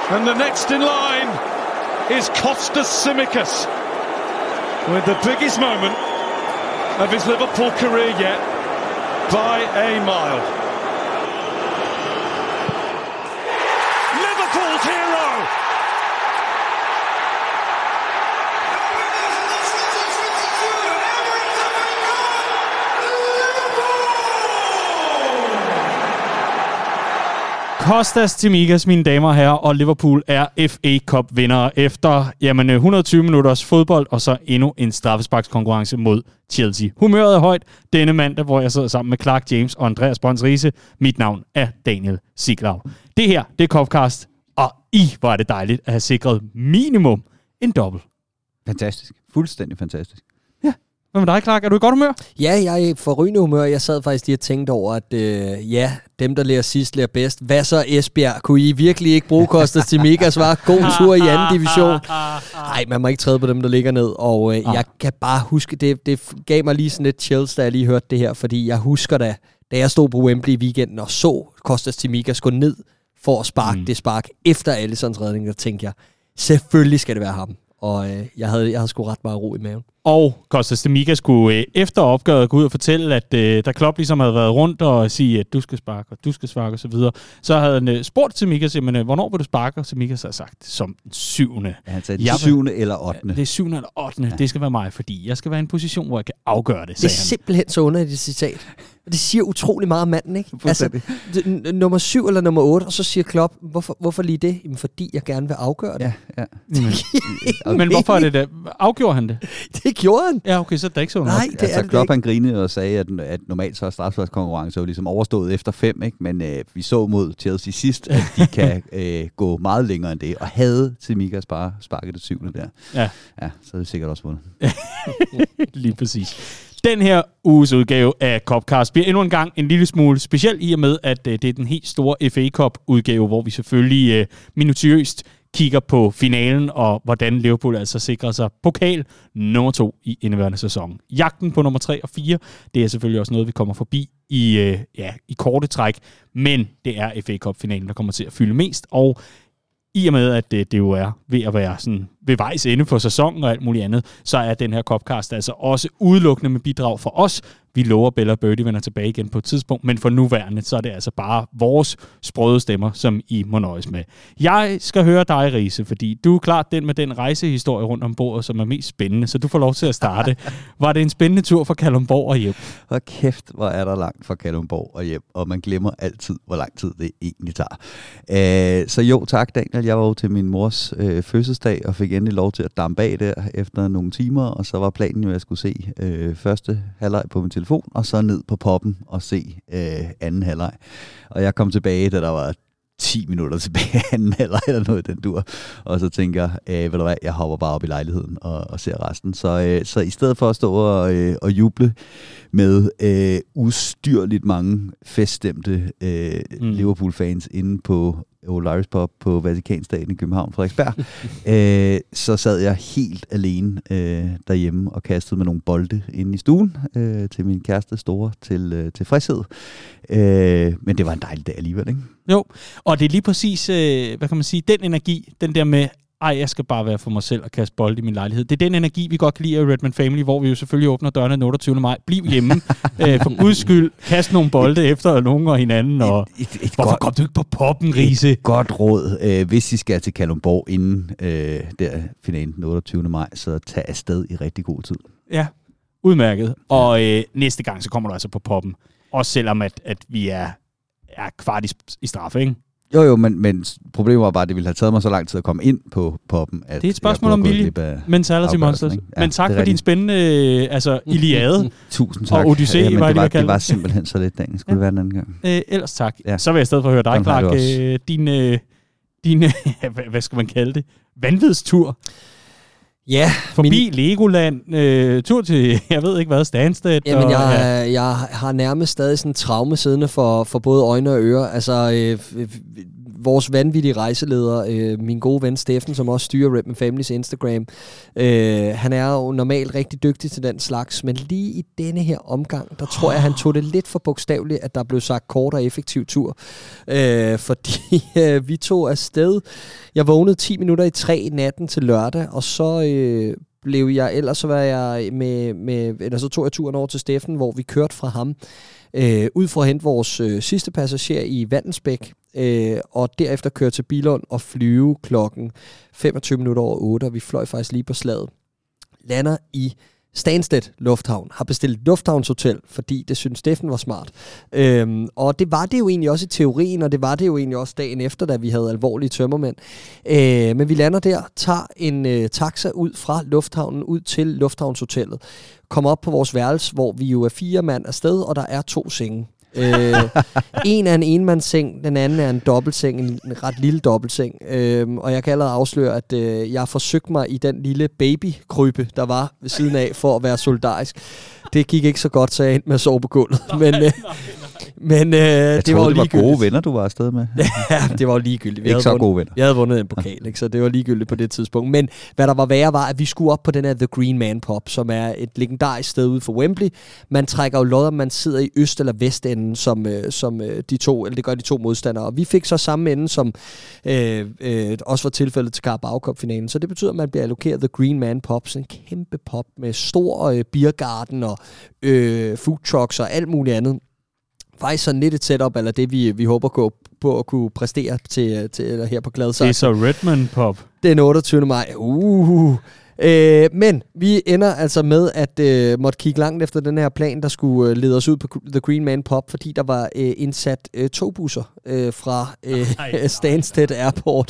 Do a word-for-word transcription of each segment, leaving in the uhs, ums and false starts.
And the next in line is Kostas Tsimikas with the biggest moment of his Liverpool career yet by a mile. Liverpool's hero! Kostas Tsimikas, mine damer og herrer, og Liverpool er F A Cup-vindere efter jamen, et hundrede og tyve minutters fodbold, og så endnu en straffesparkskonkurrence mod Chelsea. Humøret er højt denne mandag, hvor jeg sidder sammen med Clark James og Andreas Brøns Riise. Mit navn er Daniel Siglau. Det her, det er Cupcast, og i hvor er det dejligt at have sikret minimum en dobbelt. Fantastisk. Fuldstændig fantastisk. Hvad med dig, Clark? Er du i godt humør? Ja, jeg er i forrygende humør. Jeg sad faktisk lige og tænkte over, at øh, ja, dem, der lærer sidst, lærer bedst. Hvad så, Esbjerg? Kunne I virkelig ikke bruge Kostas Tsimikas? Var god tur i anden division. Nej, man må ikke træde på dem, der ligger ned. Og øh, jeg kan bare huske, det, det gav mig lige sådan lidt chills, da jeg lige hørte det her. Fordi jeg husker da, da jeg stod på Wembley i weekenden og så Kostas Tsimikas gå ned for at sparke mm. det spark efter Alissons redning, der tænkte jeg, selvfølgelig skal det være ham. Og øh, jeg havde, jeg havde sgu ret meget ro i maven. Og Kostas Tsimikas skulle øh, efter opgøret gå ud og fortælle, at øh, da Klopp ligesom havde været rundt og sige, at du skal sparke, og du skal sparke og så videre, så havde han øh, spurgt Tsimikas, jamen, øh, hvornår vil du sparke? Og Tsimikas havde sagt, som syvende. Ja, han sagde, det syvende eller ottende. Ja, det er syvende eller ottende. Ja. Det skal være mig, fordi jeg skal være i en position, hvor jeg kan afgøre det, Det er simpelthen så underligt et citat. Og det siger utrolig meget om manden, ikke? Altså, d- nummer syv eller nummer otte, og så siger Klopp, hvorfor, hvorfor lige det? Jamen, fordi jeg gerne vil afgøre det. Ja, ja. Mm. Men hvorfor er det det? Afgjorde han det? Det gjorde han. Ja, okay, så er det ikke så Nej, det altså, er det Klopp ikke. han grinede og sagde, at, at normalt så er straffesparkskonkurrence jo ligesom overstået efter fem, ikke? Men øh, vi så mod Chelsea sidst, at de kan øh, gå meget længere end det, og havde Tsimikas bare sparket det syvende der. Ja. Ja, så er det sikkert også vundet. Lige præcis. Den her uges udgave af Cupcast bliver endnu en gang en lille smule speciel i og med, at øh, det er den helt store F A Cup-udgave, hvor vi selvfølgelig øh, minutiøst kigger på finalen og hvordan Liverpool altså sikrer sig pokal nummer to i indeværende sæson. Jagten på nummer tre og fire, det er selvfølgelig også noget, vi kommer forbi i, øh, ja, i korte træk, men det er F A Cup-finalen, der kommer til at fylde mest, og i og med, at det, det jo er ved at være sådan ved vejs ende på sæsonen og alt muligt andet, så er den her Cupcast altså også udelukkende med bidrag for os. Vi lover, Bella og Birdie vender tilbage igen på et tidspunkt, men for nuværende, så er det altså bare vores sprøde stemmer, som I må nøjes med. Jeg skal høre dig, Riise, fordi du er klart den med den rejsehistorie rundt om bordet, som er mest spændende, så du får lov til at starte. Var det en spændende tur fra Kalundborg og hjem? Og kæft, hvor er der langt fra Kalundborg og hjem, og man glemmer altid, hvor lang tid det egentlig tager. Øh, så jo, tak Daniel. Jeg var jo til min mors øh, fødselsdag og fik endelig lov til at dampe af der efter nogle timer, og så var planen jo, at jeg skulle se øh, første halvleg på min telefon, og så ned på poppen og se øh, anden halvleg. Og jeg kom tilbage, da der var ti minutter tilbage anden halvleg eller noget den dur. Og så tænker jeg, øh, ved du hvad, jeg hopper bare op i lejligheden og, og ser resten. Så, øh, så i stedet for at stå og, øh, og juble med øh, ustyrligt mange feststemte øh, mm. Liverpool-fans inde på Old Irish Pub på Vatikanstaten i København, Frederiksberg, øh, så sad jeg helt alene øh, derhjemme og kastede med nogle bolde inde i stuen øh, til min kæreste store til øh, tilfredshed. Øh, men det var en dejlig dag alligevel, ikke? Jo, og det er lige præcis, øh, hvad kan man sige, den energi, den der med, ej, jeg skal bare være for mig selv og kaste bold i min lejlighed. Det er den energi, vi godt kan lide af Redman Family, hvor vi jo selvfølgelig åbner dørene den otteogtyvende maj. Bliv hjemme. øh, for guds skyld, kast nogle bolde efter nogen og hinanden. Og et, et, et hvorfor godt, kom du ikke på poppen, Riise? Et godt råd. Øh, hvis I skal til Kalundborg inden øh, der finalen den otteogtyvende maj, så tag afsted i rigtig god tid. Ja, udmærket. Og øh, næste gang, så kommer du altså på poppen. Også selvom, at, at vi er, er kvart i, i straffe, ikke? Jo, jo, men, men problemet var bare, at det ville have taget mig så lang tid at komme ind på poppen. At det er et spørgsmål om vilje. Mentality Monsters. Ja, men tak for din spændende altså, Iliade. Tusind tak. Og Odyssey, ja, var det, det, var, det var simpelthen så lidt, Daniel. Skulle ja. det være en anden gang? Øh, ellers tak. Ja. Så vil jeg i stedet for at høre dig, Clark. Øh, din, øh, din hvad skal man kalde det? Vanvidstur. Ja. Forbi min... Legoland, øh, tur til, jeg ved ikke hvad, Stansted. Jamen, og, jeg, ja. jeg har nærmest stadig sådan en traume siddende for, for både øjne og ører. Altså, øh, vores vanvittige rejseleder, øh, min gode ven Steffen, som også styrer Redman Families Instagram, øh, han er jo normalt rigtig dygtig til den slags, men lige i denne her omgang, der tror jeg, han tog det lidt for bogstaveligt, at der blev sagt kort og effektiv tur. Øh, fordi øh, vi tog afsted. Jeg vågnede ti minutter i tre natten til lørdag, og så øh, blev jeg, ellers så var jeg med, med, eller så tog jeg turen over til Steffen, hvor vi kørte fra ham, øh, ud for at hente vores øh, sidste passager i Vandensbæk, øh, og derefter kørte til Billund og flyve klokken femogtyve minutter over otte, og vi fløj faktisk lige på slaget. Lander i Stansted Lufthavn, har bestilt et lufthavnshotel, fordi det synes Steffen var smart. Øhm, og det var det jo egentlig også i teorien, og det var det jo egentlig også dagen efter, da vi havde alvorlige tømmermænd. Øh, men vi lander der, tager en øh, taxa ud fra lufthavnen, ud til lufthavnshotellet, kommer op på vores værelse, hvor vi jo er fire mand afsted, og der er to senge. øh, en er en enmandsseng, den anden er en dobbeltseng, en, en ret lille dobbeltseng. Øh, og jeg kan allerede afsløre, at øh, jeg har forsøgt mig i den lille babykrybe, der var ved siden af, for at være solidarisk. Det gik ikke så godt, så jeg endte med at sove på gulvet. Men, øh, men øh, jeg det troede, var jo det var ligegyldigt. gode venner, du var afsted med. Ja, det var jo ligegyldigt. Vi ikke så vundet, gode venner. Jeg havde vundet en pokal, ikke? Så det var ligegyldigt på det tidspunkt. Men hvad der var værre, var, at vi skulle op på den her The Green Man Pub, som er et legendarisk sted ude for Wembley. Man trækker jo lod, om man sidder i øst- eller vestenden, som, øh, som øh, de to, eller det gør de to modstandere. Og vi fik så samme ende, som øh, øh, også var tilfældet til Carabao Cup-finalen. Så det betyder, at man bliver allokeret The Green Man Pub, sådan en kæmpe pub med stor øh, beergarden og øh, food trucks og alt muligt andet. Faktisk sådan lidt et setup, eller det vi, vi håber på, på at kunne præstere til, til her på Gladsaxe. Det er så Redman Pub. Den otteogtyvende maj. Uh. Øh, men vi ender altså med at øh, måtte kigge langt efter den her plan, der skulle øh, lede os ud på The Green Man Pub, fordi der var øh, indsat øh, togbusser øh, fra øh, Stansted Airport.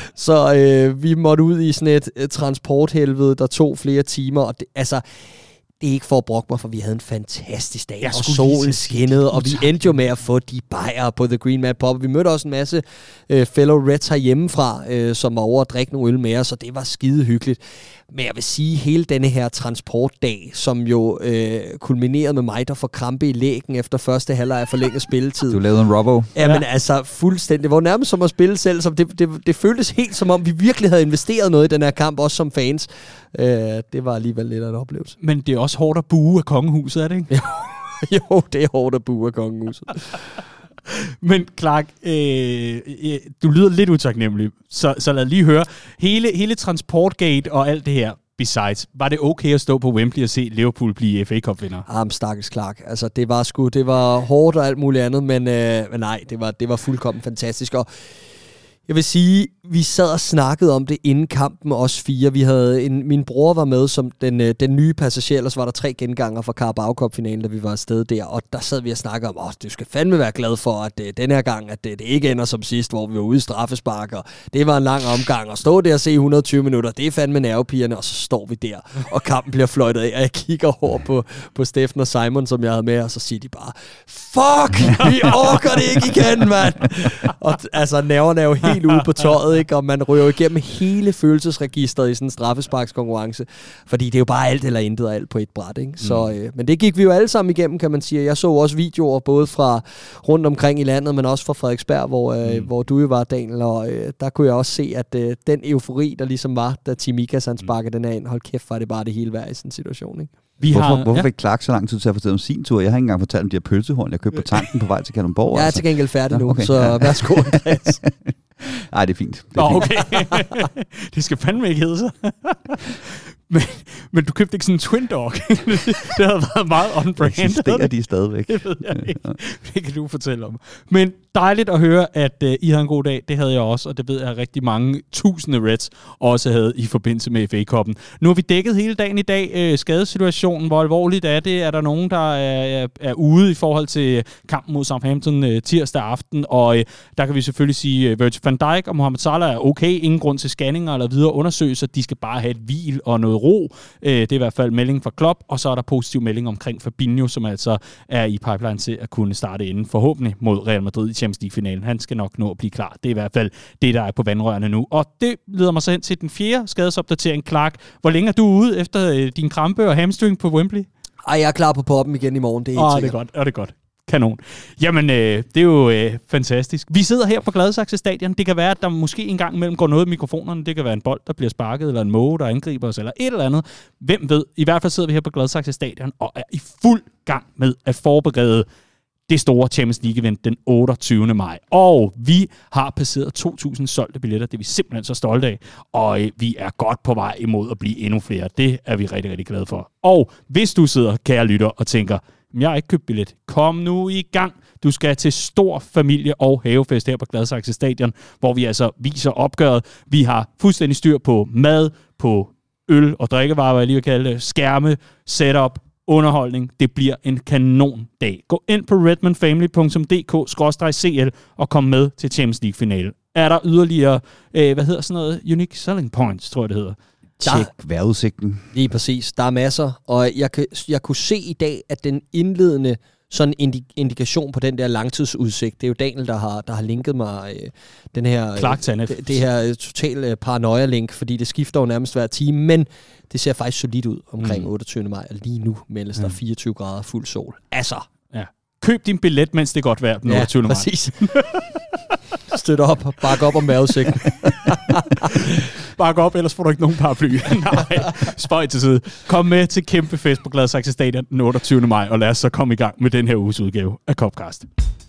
Så øh, vi måtte ud i sådan et øh, transporthelvede, der tog flere timer. Og det, altså... Det er ikke for at brokke mig, for vi havde en fantastisk dag, og solen skinnede, og vi endte jo med at få de bajere på The Green Man Pub. Vi mødte også en masse øh, fellow Reds herhjemmefra, øh, som var over at drikke nogle øl med os, og det var skide hyggeligt. Men jeg vil sige, hele denne her transportdag, som jo øh, kulminerede med mig, der får krampe i lægen efter første halvleg af forlænget spilletid. Du lavede en Robbo. Jamen ja. altså, fuldstændig. Det var nærmest som at spille selv. Som det, det, det føltes helt som om, vi virkelig havde investeret noget i den her kamp, også som fans. Øh, det var alligevel lidt af en oplevelse. Men det er også hårdt at buge af kongehuset, er det ikke? Jo, det er hårdt at buge af kongehuset. Men Clark, øh, du lyder lidt utaknemmelig, så, så lad lige høre. Hele, hele Transportgate og alt det her, besides, var det okay at stå på Wembley og se Liverpool blive F A Cup-vinder? Ah, stakkels Clark. Altså, det var sgu, det var hårdt og alt muligt andet, men, øh, men nej, det var, det var fuldkommen fantastisk. Og jeg vil sige, vi sad og snakkede om det inden kampen, os fire. Vi havde en, min bror var med som den, den nye passager, ellers var der tre genganger fra Carabao Cup-finalen, da vi var afsted der. Og der sad vi og snakkede om, at du skal fandme være glad for, at det, den her gang, at det, det ikke ender som sidst, hvor vi var ude i straffespark. Og det var en lang omgang. Og stå der og se hundrede og tyve minutter, det er fandme nervepigerne, og så står vi der, og kampen bliver fløjtet af. Og jeg kigger over på, på Steffen og Simon, som jeg havde med, og så siger de bare, fuck, vi orker det ikke igen, mand! Og altså, nerverne er jo helt ude på tøjet, ikke? Og man ryger igennem hele følelsesregistret i sådan en straffesparkskonkurrence, fordi det er jo bare alt eller intet og alt på et bræt, ikke? Så, øh, men det gik vi jo alle sammen igennem, kan man sige. Jeg så også videoer både fra rundt omkring i landet, men også fra Frederiksberg, hvor, øh, mm. hvor du jo var, Daniel, og øh, der kunne jeg også se, at øh, den eufori, der ligesom var, da Tsimikas han sparkede den af ind, hold kæft, var det bare det hele værd i sådan en situation, ikke? Vi hvorfor har, hvorfor ja. fik Clark så lang tid til at fortælle om sin tur? Jeg har ikke engang fortalt om de her pølsehorn, jeg købte på tanken på vej til Kalundborg. Jeg er altså. til gengæld færdig nu, okay. så ja. Værsgo, Andreas. Nej, det er fint. Det er Nå, fint. okay. Det skal fandme ikke hedde sig. men, men du købte ikke sådan en twin dog. Det havde været meget on-brand. Eksisterer de stadigvæk? Det ved jeg ikke. Det kan du fortælle om. Men dejligt at høre, at uh, I havde en god dag. Det havde jeg også, og det ved jeg, at rigtig mange tusinde Reds også havde i forbindelse med F A-koppen. Nu har vi dækket hele dagen i dag. Uh, skadesituationen, hvor alvorligt er det? Er der nogen, der er, er, er ude i forhold til kampen mod Southampton uh, tirsdag aften? Og uh, der kan vi selvfølgelig sige, uh, Virgil van Dijk og Mohamed Salah er okay. Ingen grund til scanninger eller videre undersøgelser. De skal bare have et hvil og noget ro. Uh, det er i hvert fald melding fra Klopp. Og så er der positiv melding omkring Fabinho, som altså er i pipeline til at kunne starte inden forhåbentlig mod Real Madrid i Champions League-finalen. Han skal nok nå at blive klar. Det er i hvert fald det, der er på vandrørene nu. Og det leder mig så hen til den fjerde skadesopdatering. Clark, hvor længe er du ude efter øh, din krampe og hamstring på Wembley? Ej, jeg er klar på poppen igen i morgen. Det er Åh, helt det er godt. Er det godt. Kanon. Jamen, øh, det er jo øh, fantastisk. Vi sidder her på Gladsaxe Stadion. Det kan være, at der måske en gang imellem går noget i mikrofonerne. Det kan være en bold, der bliver sparket, eller en måge, der angriber os, eller et eller andet. Hvem ved? I hvert fald sidder vi her på Gladsaxe Stadion og er i fuld gang med at forberede det store Champions League-event den otteogtyvende maj. Og vi har passeret to tusind solgte billetter. Det er vi simpelthen så stolte af. Og øh, vi er godt på vej imod at blive endnu flere. Det er vi rigtig, rigtig glade for. Og hvis du sidder, kære lytter, og tænker, jeg har ikke købt billet. Kom nu i gang. Du skal til stor familie- og havefest her på Gladsaxe Stadion, hvor vi altså viser opgøret. Vi har fuldstændig styr på mad, på øl og drikkevarer, hvad jeg lige vil kalde det, skærme, setup, underholdning. Det bliver en kanon dag. Gå ind på redmanfamily punktum d k skråstreg c l og kom med til Champions League-finale. Er der yderligere, øh, hvad hedder sådan noget, unique selling points, tror jeg det hedder? Tjek vejrudsigten. Lige præcis. Der er masser, og jeg, kan, jeg kunne se i dag, at den indledende sådan indi- indikation på den der langtidsudsigt, det er jo Daniel, der har, der har linket mig øh, den her, øh, det, det her øh, total øh, paranoia-link, fordi det skifter jo nærmest hver time, men det ser faktisk solidt ud omkring mm. otteogtyvende maj, og lige nu meldes mm. der fireogtyve grader fuld sol. Altså. Ja. Køb din billet, mens det er godt vejr den otteogtyvende maj. Præcis. Støt op og bakke op om vejrudsigten. Bakke op, ellers får du ikke nogen paraply. Nej, spøj til side. Kom med til kæmpe fest på Gladsaxe Stadion den otteogtyvende maj, og lad os så komme i gang med den her uges udgave af Copcast.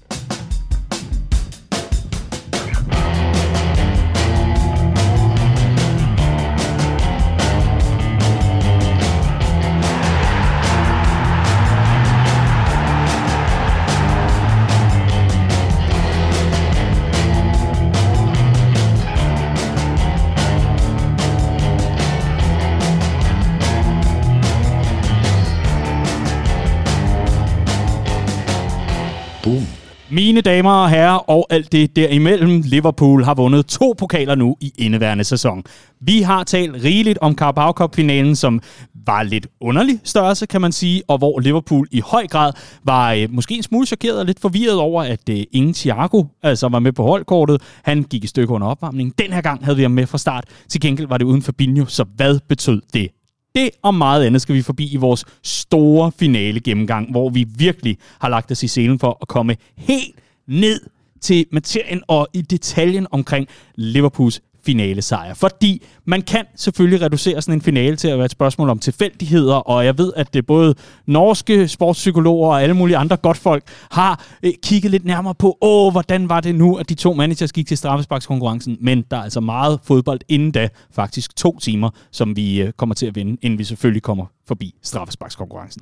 Boom. Mine damer og herrer, og alt det derimellem, Liverpool har vundet to pokaler nu i indeværende sæson. Vi har talt rigeligt om Carabao Cup-finalen, som var lidt underlig størrelse, kan man sige, og hvor Liverpool i høj grad var øh, måske en smule chokeret og lidt forvirret over, at øh, ingen Thiago altså var med på holdkortet. Han gik i stykker under opvarmningen. Den her gang havde vi ham med fra start. Til gengæld var det uden Fabinho, så hvad betød det? Det og meget andet skal vi forbi i vores store finale gennemgang, hvor vi virkelig har lagt os i selen for at komme helt ned til materien og i detaljen omkring Liverpools finalesejr. Fordi man kan selvfølgelig reducere sådan en finale til at være et spørgsmål om tilfældigheder, og jeg ved, at det både norske sportspsykologer og alle mulige andre godtfolk har øh, kigget lidt nærmere på, åh, hvordan var det nu, at de to managers gik til straffesparkskonkurrencen, men der er altså meget fodbold inden da, faktisk to timer, som vi øh, kommer til at vinde, inden vi selvfølgelig kommer forbi straffesparkskonkurrencen.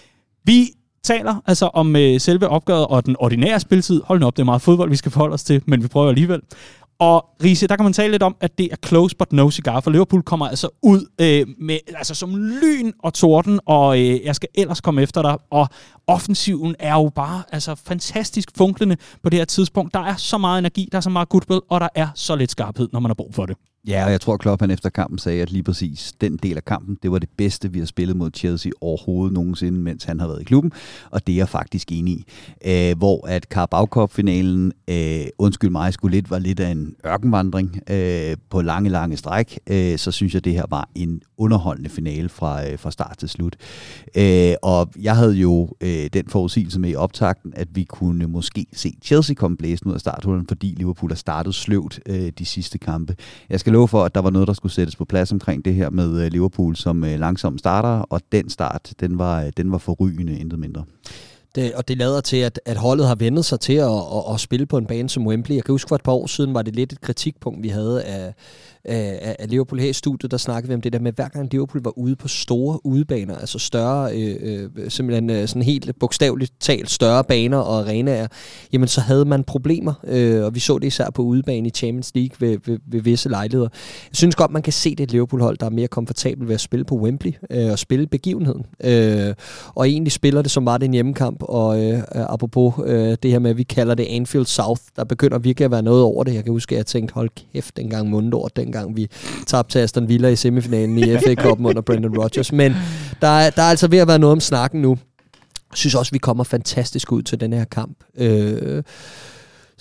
Vi taler altså om øh, selve opgøret og den ordinære spiltid. Hold nu op, det er meget fodbold, vi skal forholde os til, men vi prøver alligevel. Og Riese, der kan man tale lidt om, at det er close but no cigar, for Liverpool kommer altså ud øh, med, altså som lyn og torden, og øh, jeg skal ellers komme efter dig. Og offensiven er jo bare altså fantastisk funklende på det her tidspunkt. Der er så meget energi, der er så meget goodwill, og der er så lidt skarphed, når man har brug for det. Ja, og jeg tror, Klopp han efter kampen sagde, at lige præcis den del af kampen, det var det bedste, vi har spillet mod Chelsea overhovedet nogensinde, mens han har været i klubben, og det er jeg faktisk enig i. Æh, hvor at Carabao Cup-finalen, øh, undskyld mig, skulle lidt, var lidt af en ørkenvandring øh, på lange, lange stræk, øh, så synes jeg, det her var en underholdende finale fra, øh, fra start til slut. Æh, og jeg havde jo øh, den forudsigelse med i optakten, at vi kunne måske se Chelsea komme blæsende ud af starthullen, fordi Liverpool har startet sløvt øh, de sidste kampe. Jeg skal love for, at der var noget, der skulle sættes på plads omkring det her med Liverpool som langsom starter, og den start, den var, den var forrygende, intet mindre. Det, og det lader til, at, at holdet har vendt sig til at, at, at spille på en bane som Wembley. Jeg kan huske, for et par år siden var det lidt et kritikpunkt, vi havde af, af, af Liverpool her i studiet. Der snakkede vi om det der med, hver gang Liverpool var ude på store udebaner, altså større, øh, øh, simpelthen øh, sådan helt bogstaveligt talt større baner og arenaer, jamen så havde man problemer, øh, og vi så det især på udebane i Champions League ved, ved, ved visse lejligheder. Jeg synes godt, man kan se, det er et Liverpool-hold, der er mere komfortabel ved at spille på Wembley øh, og spille begivenheden. Øh, og egentlig spiller det, som var det en hjemmekamp. Og øh, apropos øh, det her med, at vi kalder det Anfield South, der begynder virkelig at være noget over det. Jeg kan huske, at jeg tænkte, hold kæft, dengang mundord, dengang vi tabte til Aston Villa i semifinalen i F A Cup'en under Brendan Rodgers. Men der er, der er altså ved at være noget om snakken nu. Jeg synes også, vi kommer fantastisk ud til den her kamp. Øh,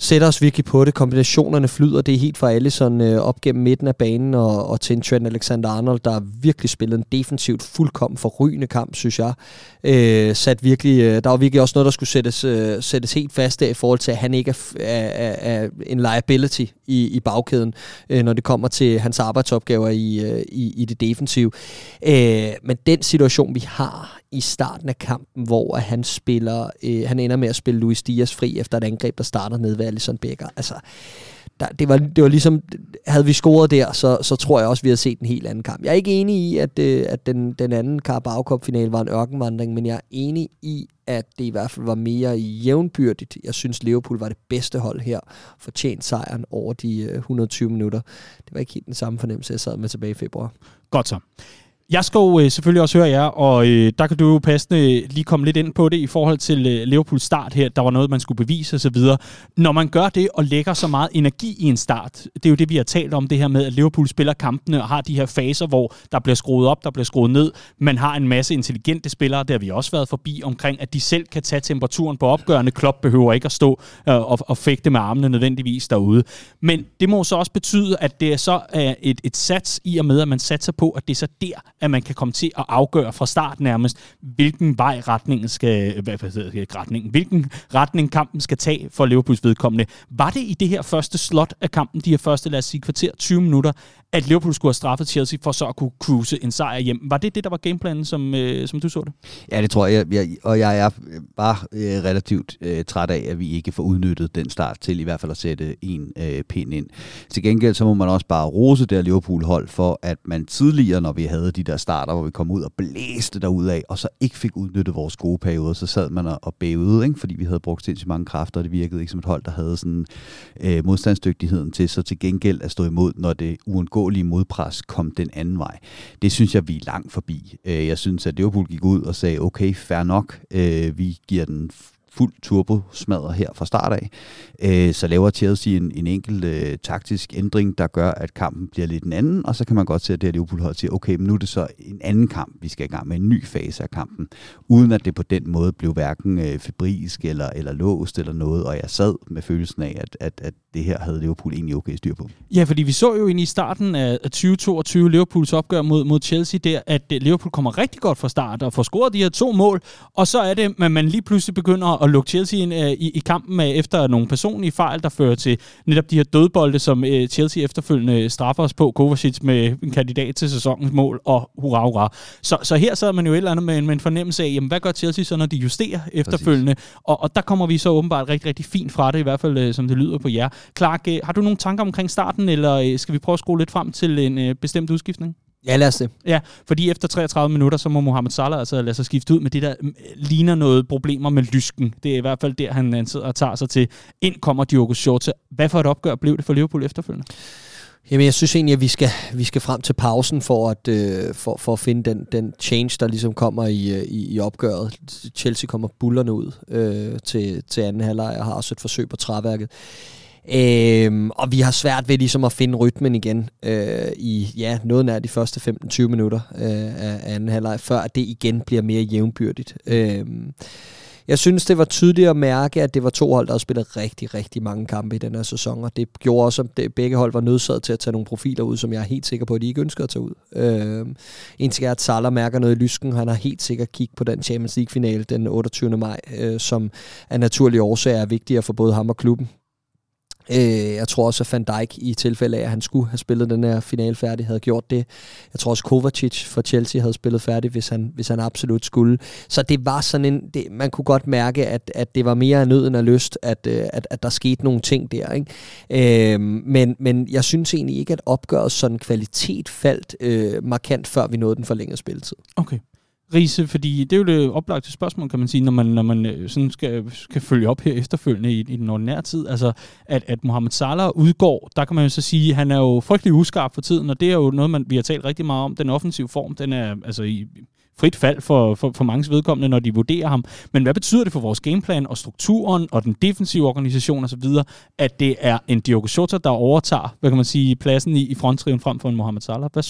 sætter os virkelig på det. Kombinationerne flyder, det er helt fra Alisson øh, op gennem midten af banen, og, og til en Trent Alexander-Arnold, der har virkelig spillet en defensivt fuldkommen forrygende kamp, synes jeg. Øh, sat virkelig, øh, der var virkelig også noget, der skulle sættes, øh, sættes helt fast der, i forhold til, at han ikke er, er, er en liability i, i bagkæden, øh, når det kommer til hans arbejdsopgaver i, øh, i, i det defensive. Øh, men den situation, vi har i starten af kampen, hvor han spiller, øh, han ender med at spille Luis Diaz fri efter et angreb, der starter ned ved Alisson Becker. Altså, der, det, var, det var ligesom, havde vi scoret der, så, så tror jeg også, vi havde set en helt anden kamp. Jeg er ikke enig i, at, øh, at den, den anden Carabao Cup-finale var en ørkenvandring, men jeg er enig i, at det i hvert fald var mere jævnbyrdigt. Jeg synes, Liverpool var det bedste hold her, fortjent sejren over de øh, et hundrede og tyve minutter. Det var ikke helt den samme fornemmelse, jeg sad med tilbage i februar. Godt så. Jeg skal jo øh, selvfølgelig også høre jer, og øh, der kan du jo passende lige komme lidt ind på det i forhold til øh, Liverpools start her. Der var noget, man skulle bevise osv. Når man gør det og lægger så meget energi i en start, det er jo det, vi har talt om, det her med, at Liverpool spiller kampene og har de her faser, hvor der bliver skruet op, der bliver skruet ned. Man har en masse intelligente spillere, der har vi også været forbi omkring, at de selv kan tage temperaturen på opgørende. Klopp behøver ikke at stå øh, og, og fægte med armene nødvendigvis derude. Men det må så også betyde, at det er så er et, et sats i og med, at man satser på, at det er så der, at man kan komme til at afgøre fra start nærmest, hvilken vej retningen skal, hvad hedder det, retningen, hvilken retning kampen skal tage for Liverpools vedkommende. Var det i det her første slot af kampen, de her første, lad os sige, kvarter, tyve minutter, at Liverpool skulle have straffet Chelsea for så at kunne cruise en sejr hjem? Var det det, der var gameplanen, som, øh, som du så det? Ja, det tror jeg, jeg og jeg er bare øh, relativt øh, træt af, at vi ikke får udnyttet den start til i hvert fald at sætte en øh, pind ind. Til gengæld så må man også bare rose det Liverpool-hold for, at man tidligere, når vi havde de der starter, hvor vi kom ud og blæste derudad, og så ikke fik udnyttet vores gode perioder, så sad man og bævede, ikke? Fordi vi havde brugt sindssygt mange kræfter, og det virkede ikke som et hold, der havde sådan øh, modstandsdygtigheden til, så til gengæld at stå imod, når det uundgåelige modpres kom den anden vej. Det synes jeg, vi er langt forbi. Øh, jeg synes, at Liverpool gik ud og sagde, okay, fair nok, øh, vi giver den fuld turbo-smadrer her fra start af. Øh, så laver Chelsea en, en enkelt øh, taktisk ændring, der gør, at kampen bliver lidt en anden, og så kan man godt se, at det her Liverpool-hold siger, okay, men nu er det så en anden kamp, vi skal i gang med, en ny fase af kampen, uden at det på den måde blev hverken øh, febrilsk eller, eller låst eller noget, og jeg sad med følelsen af, at, at, at det her havde Liverpool egentlig okay styr på. Ja, fordi vi så jo ind i starten af tyve toogtyve Liverpools opgør mod, mod Chelsea der, at Liverpool kommer rigtig godt fra start og får scoret de her to mål, og så er det, at man lige pludselig begynder at lukke Chelsea ind uh, i, i kampen uh, efter nogle personlige fejl, der fører til netop de her dødbolde, som uh, Chelsea efterfølgende straffer os på. Kovacic med en kandidat til sæsonens mål, og hurra, hurra. Så, så her sad man jo et eller andet med, med en fornemmelse af, jamen, hvad gør Chelsea så, når de justerer efterfølgende? Og, og der kommer vi så åbenbart rigtig, rigtig fint fra det, i hvert fald uh, som det lyder på jer. Clark, uh, har du nogle tanker omkring starten, eller uh, skal vi prøve at skrue lidt frem til en uh, bestemt udskiftning? Ja, lad os det. Ja, fordi efter treogtredive minutter, så må Mohamed Salah altså lade sig skifte ud med det, der ligner noget problemer med lysken. Det er i hvert fald der, han, han sidder og tager sig til. Ind kommer Diogo Jota. Hvad for et opgør blev det for Liverpool efterfølgende? Jamen, jeg synes egentlig, at vi skal, vi skal frem til pausen for at, øh, for, for at finde den, den change, der ligesom kommer i, i, i opgøret. Chelsea kommer bullerne ud øh, til, til anden halvleg og har også et forsøg på træværket. Øhm, og vi har svært ved ligesom at finde rytmen igen øh, i ja, noget nær de første femten til tyve minutter øh, af anden halvleg, før det igen bliver mere jævnbyrdigt. Øhm, jeg synes, det var tydeligt at mærke, at det var to hold, der havde spillet rigtig, rigtig mange kampe i den her sæson, og det gjorde også, at begge hold var nødsaget til at tage nogle profiler ud, som jeg er helt sikker på, at de ikke ønsker at tage ud. Øhm, en ting er, at Salah mærker noget i lysken. Han har helt sikkert kigget på den Champions League-finale den otteogtyvende maj, øh, som af naturlige årsager er vigtigere for både ham og klubben. Jeg tror også, at Van Dijk i tilfælde af, at han skulle have spillet den her finale færdig, havde gjort det. Jeg tror også, Kovacic for Chelsea havde spillet færdig, hvis han, hvis han absolut skulle. Så det var sådan en... Det, man kunne godt mærke, at, at det var mere af nød end af lyst, at, at, at der skete nogle ting der. Ikke? Øhm, men, men jeg synes egentlig ikke, at opgøret sådan kvalitet faldt øh, markant, før vi nåede den forlængede spilletid. Okay. Riese, fordi det er jo det oplagte spørgsmål, kan man sige, når man, når man sådan skal, skal følge op her efterfølgende i, i den ordinære tid. Altså, at, at Mohamed Salah udgår, der kan man jo så sige, at han er jo frygtelig uskarp for tiden, og det er jo noget, man, vi har talt rigtig meget om. Den offensive form, den er altså i frit fald for, for, for mange vedkommende, når de vurderer ham. Men hvad betyder det for vores gameplan og strukturen og den defensive organisation osv., at det er en Diogo Jota, der overtager, hvad kan man sige, pladsen i, i fronttriven frem for en Mohamed Salah? Hvad så du?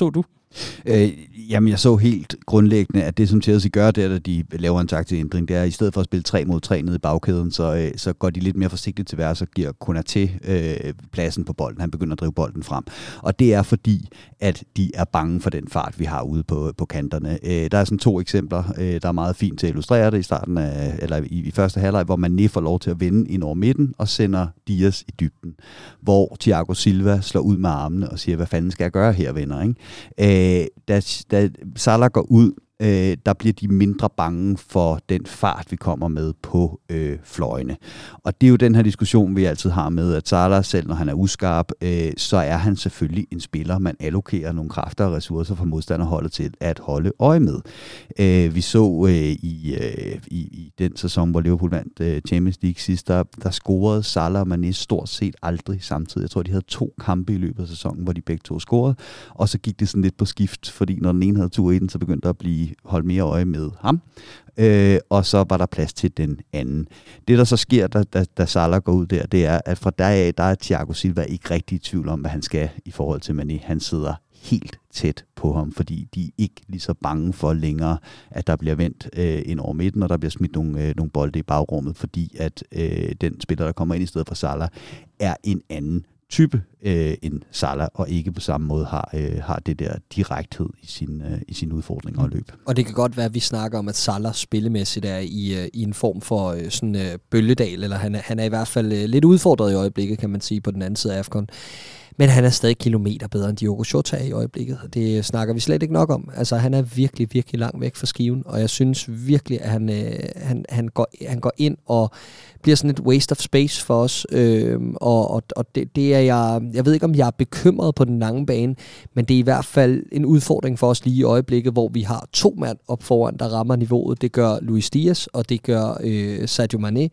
Øh, jamen, jeg så helt grundlæggende, at det, som Chelsea gør, det er, at de laver en taktisk ændring, det er, at i stedet for at spille tre mod tre nede i bagkæden, så, øh, så går de lidt mere forsigtigt til værks og giver Konaté øh, pladsen på bolden. Han begynder at drive bolden frem. Og det er fordi, at de er bange for den fart, vi har ude på, på kanterne. Øh, der er sådan to eksempler, øh, der er meget fint til at illustrere det i starten af, eller i, i første halvleg, hvor Mané får lov til at vende ind over midten og sender Diaz i dybden, hvor Thiago Silva slår ud med armene og siger, hvad fanden skal jeg gøre her, venner, ikke? Øh, da, da Salah går ud, øh, der bliver de mindre bange for den fart, vi kommer med på øh, fløjene. Og det er jo den her diskussion, vi altid har med, at Salah, selv når han er uskarp, øh, så er han selvfølgelig en spiller, man allokerer nogle kræfter og ressourcer fra modstanderholdet til at holde øje med. Øh, vi så øh, i, øh, i, i den sæson, hvor Liverpool vandt øh, Champions League sidst, der, der scorede Salah og Mané stort set aldrig samtidig. Jeg tror, de havde to kampe i løbet af sæsonen, hvor de begge to scorede, og så gik det sådan lidt på skift, fordi når den ene havde tur i den, så begyndte der at blive holdt mere øje med ham, øh, og så var der plads til den anden. Det, der så sker, da, da, da Salah går ud der, det er, at fra deraf, der er Thiago Silva ikke rigtig i tvivl om, hvad han skal i forhold til Mané. Han sidder helt tæt på ham, fordi de er ikke lige så bange for længere, at der bliver vendt øh, ind over midten, og der bliver smidt nogle, øh, nogle bolde i bagrummet, fordi at øh, den spiller, der kommer ind i stedet for Salah, er en anden type øh, end Salah, og ikke på samme måde har, øh, har det der direkthed i sin, øh, i sin udfordring og løb. Og det kan godt være, at vi snakker om, at Salah spillemæssigt er i, øh, i en form for øh, sådan øh, bølgedal, eller han er, han er i hvert fald øh, lidt udfordret i øjeblikket, kan man sige, på den anden side af AFCON. Men han er stadig kilometer bedre end Diogo Jota i øjeblikket. Det snakker vi slet ikke nok om. Altså, han er virkelig, virkelig langt væk fra skiven, og jeg synes virkelig, at han, øh, han, han, går, han går ind og bliver sådan et waste of space for os. Øh, og og, og det, det er jeg... Jeg ved ikke, om jeg er bekymret på den lange bane, men det er i hvert fald en udfordring for os lige i øjeblikket, hvor vi har to mand op foran, der rammer niveauet. Det gør Luis Diaz, og det gør øh, Sadio Mané.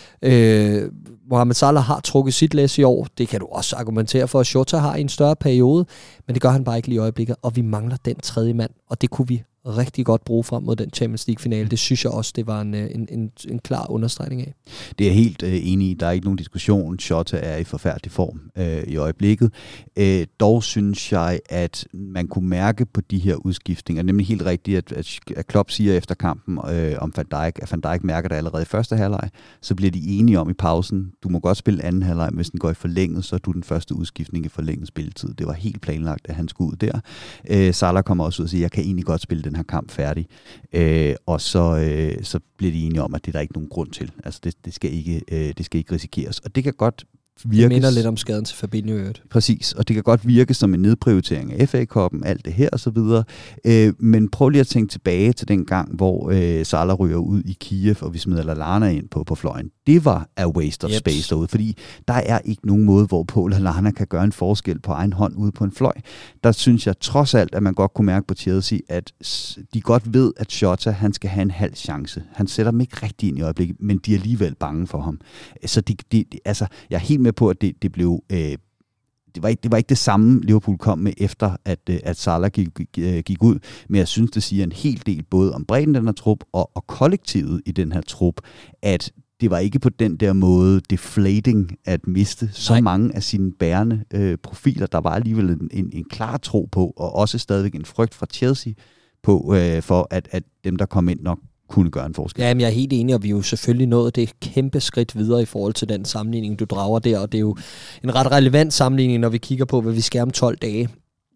Øh, Mohamed Salah har trukket sit læs i år. Det kan du også argumentere for, at Jota har i en større periode, men det gør han bare ikke lige i øjeblikket, og vi mangler den tredje mand, og det kunne vi rigtig godt bruge frem mod den Champions League-finale. Det synes jeg også, det var en, en, en, en klar understregning af. Det er helt øh, enig i. Der er ikke nogen diskussion. Jota er i forfærdelig form øh, i øjeblikket. Øh, dog synes jeg, at man kunne mærke på de her udskiftninger, nemlig helt rigtigt, at, at, at Klopp siger efter kampen øh, om Van Dijk, at Van Dijk mærker det allerede i første halvleg, så bliver de enige om i pausen, du må godt spille anden halvleg, hvis den går i forlænget, så er du den første udskiftning i forlænget spilletid. Det var helt planlagt, at han skulle ud der. Øh, Salah kommer også ud og siger, jeg kan egentlig godt spille den her kamp færdig, øh, og så, øh, så bliver de enige om, at det er der ikke nogen grund til. Altså det, det, skal ikke, øh, det skal ikke risikeres. Og det kan godt virke... Det minder lidt om skaden til Fabinho i øvrigt. Præcis, og det kan godt virke som en nedprioritering af F A-koppen, alt det her og så videre. Øh, men prøv lige at tænke tilbage til den gang, hvor øh, Salah ryger ud i Kiev, og vi smider Lallana ind på, på fløjen. Det var a waste of yep. space derude, fordi der er ikke nogen måde, hvorpå Lallana kan gøre en forskel på egen hånd ude på en fløj. Der synes jeg trods alt, at man godt kunne mærke på Chelsea, at de godt ved, at Jota, han skal have en halv chance. Han sætter dem ikke rigtig ind i øjeblikket, men de er alligevel bange for ham. Så de, de, de, altså, jeg er helt med på, at det, det blev... Øh, Det var, ikke, det var ikke det samme, Liverpool kom med efter, at, at Salah gik, gik ud. Men jeg synes, det siger en hel del både om bredden af den her trup og, og kollektivet i den her trup, at det var ikke på den der måde deflating at miste så Nej. mange af sine bærende øh, profiler. Der var alligevel en, en, en klar tro på, og også stadigvæk en frygt fra Chelsea på, øh, for at, at dem, der kom ind, nok kunne gøre en forskel. Ja, men jeg er helt enig, og vi er jo selvfølgelig nået det kæmpe skridt videre i forhold til den sammenligning, du drager der, og det er jo en ret relevant sammenligning, når vi kigger på, hvad vi skal om tolv dage.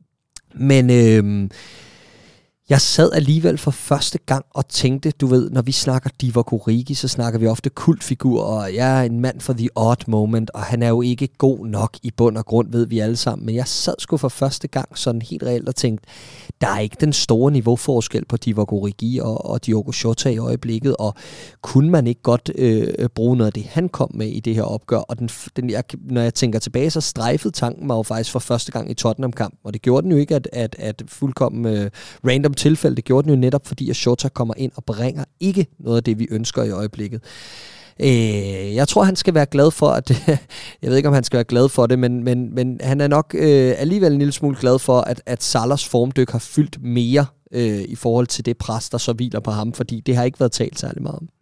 Men øh, jeg sad alligevel for første gang og tænkte, du ved, når vi snakker Divock Origi, så snakker vi ofte kultfigur, og jeg er en mand for the odd moment, og han er jo ikke god nok i bund og grund, ved vi alle sammen. Men jeg sad sgu for første gang sådan helt reelt og tænkte, der er ikke den store niveauforskel på Divock Origi og, og Diogo Jota i øjeblikket, og kunne man ikke godt øh, bruge noget af det, han kom med i det her opgør? Og den, den, jeg, når jeg tænker tilbage, så strejfede tanken mig jo faktisk for første gang i Tottenham-kampen, og det gjorde den jo ikke at, at, at fuldkommen øh, random tilfælde, det gjorde den jo netop, fordi at Jota kommer ind og bringer ikke noget af det, vi ønsker i øjeblikket. Øh, jeg tror, han skal være glad for, at jeg ved ikke, om han skal være glad for det, men, men, men han er nok øh, alligevel en lille smule glad for, at, at Salahs formdyk har fyldt mere øh, i forhold til det pres, der så hviler på ham, fordi det har ikke været talt særlig meget om. Mm.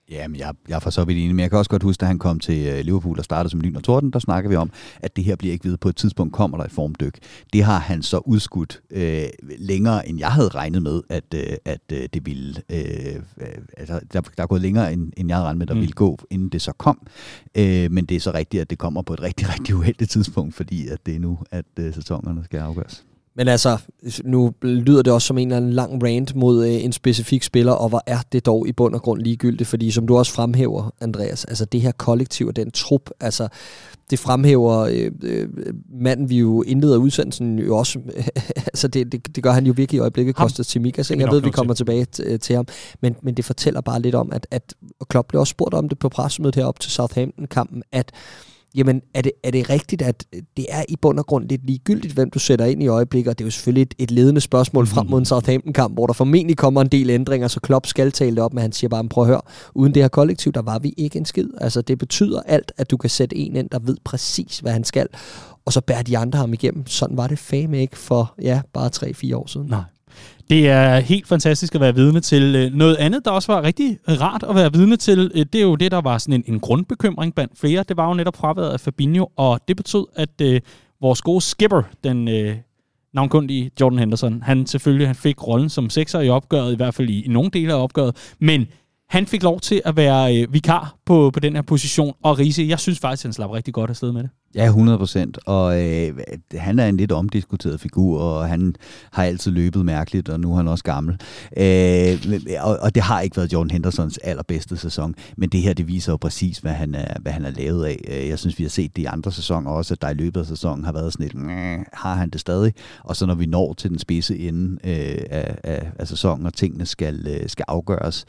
Jamen, jeg, jeg er for så vidt enig, men jeg kan også godt huske, at han kom til Liverpool og startede som lyn og torden, der snakker vi om, at det her bliver ikke ved på et tidspunkt, kommer der et formdyk. Det har han så udskudt øh, længere, end jeg havde regnet med, at, øh, at øh, det ville... Øh, altså, der, der er gået længere, end, end jeg havde regnet med, der mm. ville gå, inden det så kom. Øh, men det er så rigtigt, at det kommer på et rigtig, rigtig uheldigt tidspunkt, fordi at det er nu, at øh, sæsonerne skal afgøres. Men altså, nu lyder det også som en eller anden lang rant mod øh, en specifik spiller, og hvor er det dog i bund og grund ligegyldigt, fordi som du også fremhæver, Andreas, altså det her kollektiv og den trup, altså det fremhæver øh, øh, manden, vi jo indleder udsendelsen jo også, altså det, det, det gør han jo virkelig i øjeblikket, Kostas Tsimikas. Jeg ved, vi kommer tilbage til, til ham, men, men det fortæller bare lidt om, at, at Klopp blev også spurgt om det på pressemødet herop til Southampton-kampen, at jamen, er det, er det rigtigt, at det er i bund og grund lidt ligegyldigt, hvem du sætter ind i øjeblikket, og det er jo selvfølgelig et, et ledende spørgsmål frem mod en Southampton-kamp, hvor der formentlig kommer en del ændringer, så Klopp skal tale det op, men han siger bare, prøv at høre, uden det her kollektiv, der var vi ikke en skid. Altså, det betyder alt, at du kan sætte en ind, der ved præcis, hvad han skal, og så bærer de andre ham igennem. Sådan var det fame ikke for, ja, bare tre fire år siden. Nej. Det er helt fantastisk at være vidne til. Noget andet, der også var rigtig rart at være vidne til, det er jo det, der var sådan en, en grundbekymring blandt flere. Det var jo netop fraværet af Fabinho, og det betød, at øh, vores gode skipper, den øh, navnkundige Jordan Henderson, han selvfølgelig han fik rollen som sekser i opgøret, i hvert fald i, i nogle dele af opgøret, men han fik lov til at være øh, vikar på, på den her position, og Riise, jeg synes faktisk, han slap rigtig godt afsted med det. Ja, hundrede procent, og øh, han er en lidt omdiskuteret figur, og han har altid løbet mærkeligt, og nu er han også gammel. Øh, og, og det har ikke været Jordan Hendersons allerbedste sæson, men det her, det viser jo præcis, hvad han er, hvad han er lavet af. Jeg synes, vi har set det i andre sæsoner også, at der i løbet af sæsonen har været sådan et, har han det stadig? Og så når vi når til den spidse ende øh, af, af, af sæsonen, og tingene skal, øh, skal afgøres,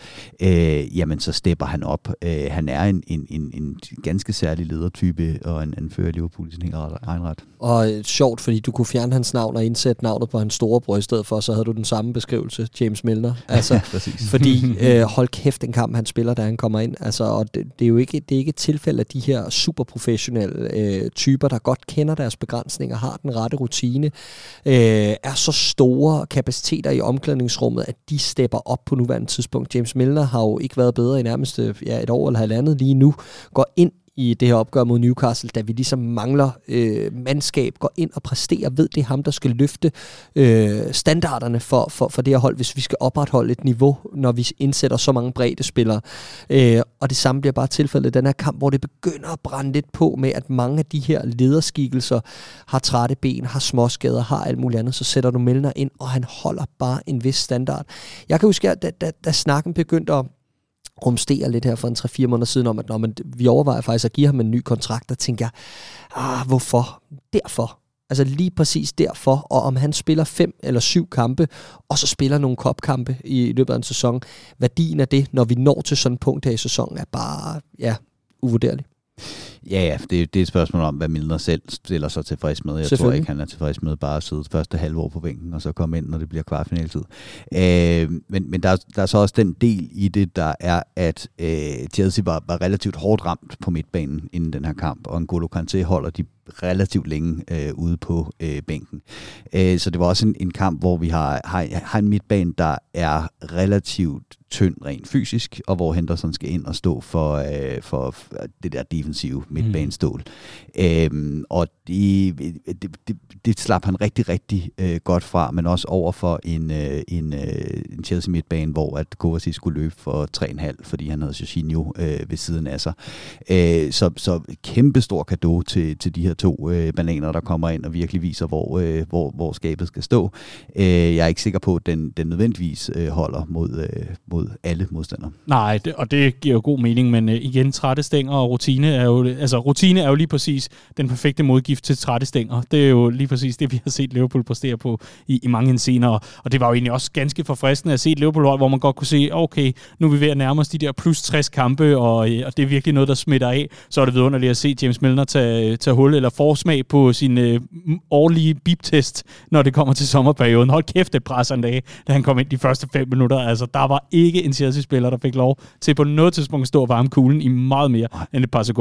øh, jamen så stepper han op. Øh, han er en, en, en, en ganske særlig ledertype, og en anfører Liverpool i sin helt egen ret. Og øh, sjovt, fordi du kunne fjerne hans navn og indsætte navnet på hans storebror i stedet for, så havde du den samme beskrivelse, James Milner. Altså, fordi øh, hold kæft en kamp, han spiller, da han kommer ind. Altså, og det, det er jo ikke, det er ikke et tilfælde af de her superprofessionelle øh, typer, der godt kender deres begrænsninger, har den rette rutine, øh, er så store kapaciteter i omklædningsrummet, at de stepper op på nuværende tidspunkt. James Milner har jo ikke været bedre i nærmest ja, et år eller halvandet lige nu, går ind i det her opgør mod Newcastle, da vi ligesom mangler øh, mandskab, går ind og præsterer, ved det er ham, der skal løfte øh, standarderne for, for, for det her hold, hvis vi skal opretholde et niveau, når vi indsætter så mange brede spillere. Øh, og det samme bliver bare tilfældet i den her kamp, hvor det begynder at brænde lidt på med, at mange af de her lederskikkelser har trætte ben, har småskader, har alt muligt andet, så sætter du Milner ind, og han holder bare en vis standard. Jeg kan huske, at da, da, da snakken begyndte at rumsterer lidt her for en tre fire måneder siden om, at når man, vi overvejer faktisk at give ham en ny kontrakt, der tænker jeg, ah, hvorfor? Derfor. Altså lige præcis derfor, og om han spiller fem eller syv kampe, og så spiller nogle kopkampe i løbet af en sæson, værdien af det, når vi når til sådan et punkt her i sæsonen, er bare, ja, uvurderlig. Ja, ja, det, det er et spørgsmål om, hvad Milner selv stiller sig tilfreds med. Jeg tror ikke, han er tilfreds med bare at sidde første halve år på bænken, og så komme ind, når det bliver kvartfinaltid. Øh, men men der, der er så også den del i det, der er, at øh, Chelsea var, var relativt hårdt ramt på midtbanen inden den her kamp, og N'Golo Kanté holder de relativt længe øh, ude på øh, bænken. Øh, så det var også en, en kamp, hvor vi har, har, har en midtbane, der er relativt tynd rent fysisk, og hvor Henderson skal ind og stå for, øh, for det der defensive midtbanestål. Mm. Øhm, og det, det, det, det slap han rigtig, rigtig øh, godt fra, men også over for en, øh, en, øh, en Chelsea midtbane, hvor at Kovacic skulle løbe for tre komma fem, fordi han havde Jorginho øh, ved siden af sig. Øh, så, så kæmpe stor cadeau til, til de her to øh, bananer, der kommer ind og virkelig viser, hvor, øh, hvor, hvor skabet skal stå. Øh, jeg er ikke sikker på, at den, den nødvendigvis øh, holder mod, øh, mod alle modstandere. Nej, det, og det giver jo god mening, men øh, igen, trætte stænger og rutine er jo, altså rutine er jo lige præcis den perfekte modgift til trætte stænger. Det er jo lige præcis det, vi har set Liverpool præstere på i, i mange scener, og, og det var jo egentlig også ganske forfriskende at se et Liverpool-hold, hvor man godt kunne se, okay, nu er vi ved at nærme os de der plus tres kampe, og, og det er virkelig noget, der smitter af. Så er det vidunderligt at se James Milner tage, tage hul eller forsmag på sin øh, årlige bip-test, når det kommer til sommerperioden. Hold kæft, det presser en dag, da han kom ind de første fem minutter. Altså, der var ikke en Chelsea-spiller, der fik lov til på noget tidspunkt at stå og varme kuglen i meget mere end et par sekunder. Han,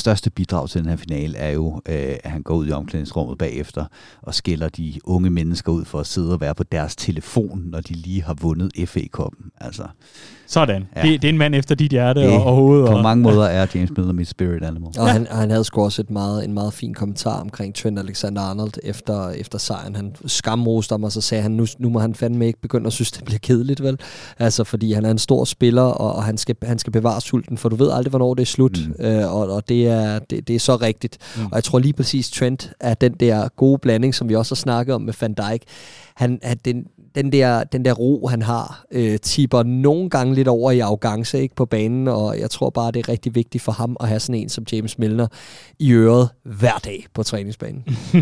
største bidrag til den her finale er jo, øh, at han går ud i omklædningsrummet bagefter og skælder de unge mennesker ud for at sidde og være på deres telefon, når de lige har vundet F A-koppen. Altså, sådan. Ja. Det, det er en mand efter dit hjerte det, og, og hoved. På og, mange måder er James Miller mit spirit animal. Og han, han havde sgu også et meget, en meget fin kommentar omkring Trent Alexander-Arnold efter, efter sejren. Han skamroste om, og så sagde han, nu, nu må han fandme ikke begynde at synes, det bliver kedeligt, vel? Altså, fordi han er en stor spiller, og, og han, skal, han skal bevare sulten, for du ved aldrig, hvornår det er slut. Mm. Øh, og og det, er, det, det er så rigtigt. Mm. Og jeg tror lige præcis, Trent er den der gode blanding, som vi også har snakket om med Van Dijk. Han er den, den, der, den der ro, han har, øh, tipper nogle gange lidt over i arrogance, ikke, på banen, og jeg tror bare, det er rigtig vigtigt for ham at have sådan en som James Milner i øret hver dag på træningsbanen.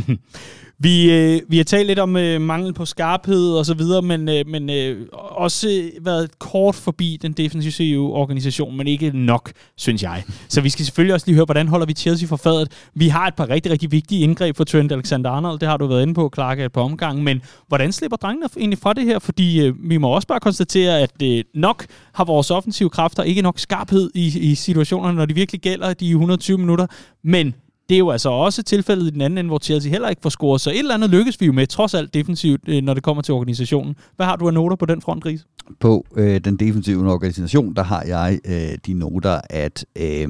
Vi, øh, vi har talt lidt om øh, mangel på skarphed og så videre, men, øh, men øh, også øh, været kort forbi den defensive organisation, men ikke nok, synes jeg. Så vi skal selvfølgelig også lige høre, hvordan holder vi Chelsea for fadet. Vi har et par rigtig, rigtig vigtige indgreb for Trent Alexander-Arnold, det har du været inde på, Clark, et par omgange, men hvordan slipper drengene egentlig fra det her? Fordi øh, vi må også bare konstatere, at øh, nok har vores offensive kræfter ikke nok skarphed i, i situationerne, når de virkelig gælder de et hundrede og tyve minutter, men det er jo altså også tilfældet i den anden ende, hvor Chelsea heller ikke får scoret, så et eller andet lykkes vi jo med, trods alt defensivt, når det kommer til organisationen. Hvad har du af noter på den front, Gris? På øh, den defensive organisation, der har jeg øh, de noter, at øh,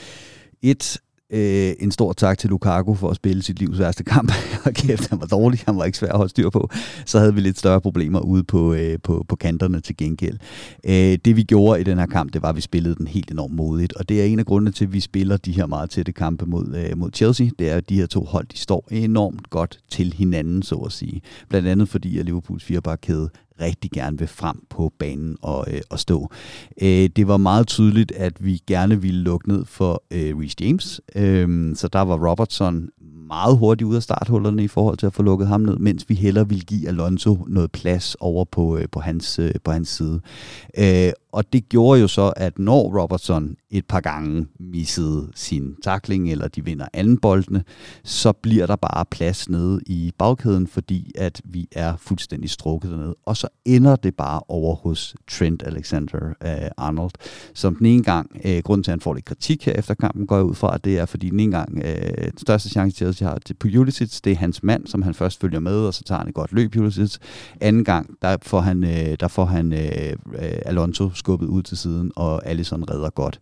et... Øh, en stor tak til Lukaku for at spille sit livs værste kamp. Og kæft, han var dårlig, han var ikke svær at holde styr på. Så havde vi lidt større problemer ude på, øh, på, på kanterne til gengæld. Øh, det vi gjorde i den her kamp, det var, at vi spillede den helt enormt modigt. Og det er en af grundene til, at vi spiller de her meget tætte kampe mod, øh, mod Chelsea. Det er, at de her to hold, de står enormt godt til hinanden, så at sige. Blandt andet fordi, at Liverpools firebakkæde rigtig gerne vil frem på banen og, øh, og stå. Øh, det var meget tydeligt, at vi gerne ville lukke ned for øh, Reece James. Øh, så der var Robertson meget hurtigt ude af starthullerne i forhold til at få lukket ham ned, mens vi hellere ville give Alonso noget plads over på, øh, på, hans, øh, på hans side. Øh, og det gjorde jo så, at når Robertson et par gange missede sin tackling, eller de vinder anden boldene, så bliver der bare plads nede i bagkæden, fordi at vi er fuldstændig strukket dernede. Og så ender det bare over hos Trent Alexander-Arnold, som den ene gang, øh, grunden til at han får lidt kritik her efter kampen, går jeg ud fra, at det er, fordi den ene gang, øh, den største chance Chelsea har til Pulisic, det er hans mand, som han først følger med, og så tager han et godt løb, Pulisic. Anden gang, der får han, øh, der får han øh, Alonso skubbet ud til siden, og Alisson redder godt.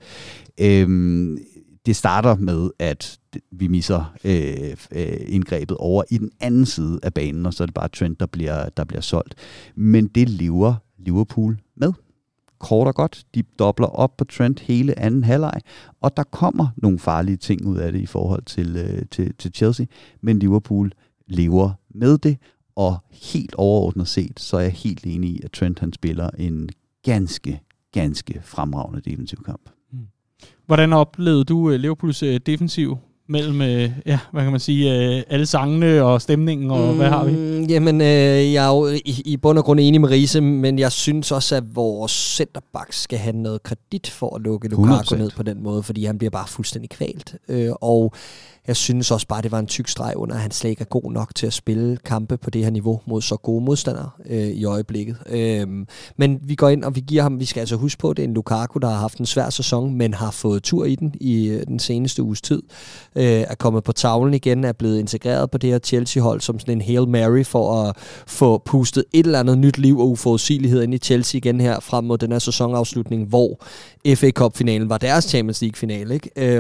Øhm, det starter med, at vi misser øh, øh, indgrebet over i den anden side af banen, og så er det bare Trent, der bliver, der bliver solgt. Men det lever Liverpool med. Kort og godt, de dobler op på Trent hele anden halvleg, og der kommer nogle farlige ting ud af det i forhold til, øh, til, til Chelsea, men Liverpool lever med det, og helt overordnet set, så er jeg helt enig i, at Trent han spiller en ganske ganske fremragende defensiv kamp. Hvordan oplevede du uh, Liverpools uh, defensiv mellem, uh, ja, hvad kan man sige, uh, alle sangene og stemningen, og mm, hvad har vi? Jamen, øh, jeg er jo i, i bund og grund enig med Riese, men jeg synes også, at vores centerback skal have noget kredit for at lukke Lukaku hundrede procent ned på den måde, fordi han bliver bare fuldstændig kvalt. Øh, og jeg synes også bare, det var en tyk streg under, at han slet ikke er god nok til at spille kampe på det her niveau mod så gode modstandere øh, i øjeblikket. Øh, men vi går ind, og vi giver ham, vi skal altså huske på, det er en Lukaku, der har haft en svær sæson, men har fået tur i den i øh, den seneste uges tid. Øh, er kommet på tavlen igen, er blevet integreret på det her Chelsea-hold som sådan en Hail Mary for at få pustet et eller andet nyt liv og uforudsigelighed ind i Chelsea igen her frem mod den her sæsonafslutning, hvor F A Cup-finalen var deres Champions League-finale. Ikke? Øh,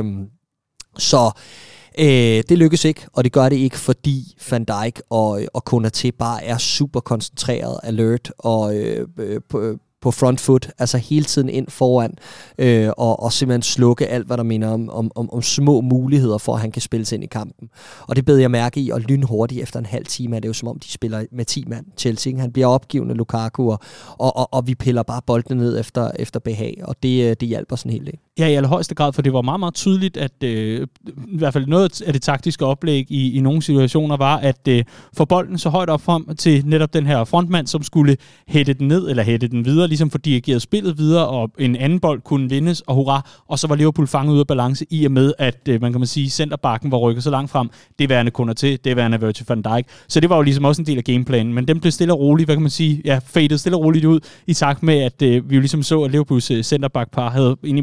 så Øh, det lykkes ikke, og det gør det ikke, fordi Van Dijk og, og Konaté bare er super koncentreret, alert og øh, på, på front foot, altså hele tiden ind foran, øh, og, og simpelthen slukke alt, hvad der minder om, om, om, om små muligheder for, at han kan spille sig ind i kampen. Og det bed jeg mærke i, og lynhurtigt efter en halv time er det jo som om, de spiller med ti mand. Chelsea, han bliver opgivende Lukaku, og, og, og, og vi piller bare boldene ned efter, efter behag, og det, det hjælper sådan helt, ikke? Ja, i allerhøjeste grad, for det var meget, meget tydeligt, at øh, i hvert fald noget af det taktiske oplæg i, i nogle situationer var, at øh, få bolden så højt op frem til netop den her frontmand, som skulle hætte den ned, eller hætte den videre, ligesom for dirigeret spillet videre, og en anden bold kunne vindes, og hurra, og så var Liverpool fanget ud af balance i og med, at øh, man kan man sige, centerbacken var rykket så langt frem, det værende kunder til, det værende Virgil van Dijk. Så det var jo ligesom også en del af gameplanen, men den blev stille og roligt, hvad kan man sige, ja, fadet stille og roligt ud, i takt med, at øh, vi jo ligesom så, at Liverpools øh, centerback-par havde egentlig meget godt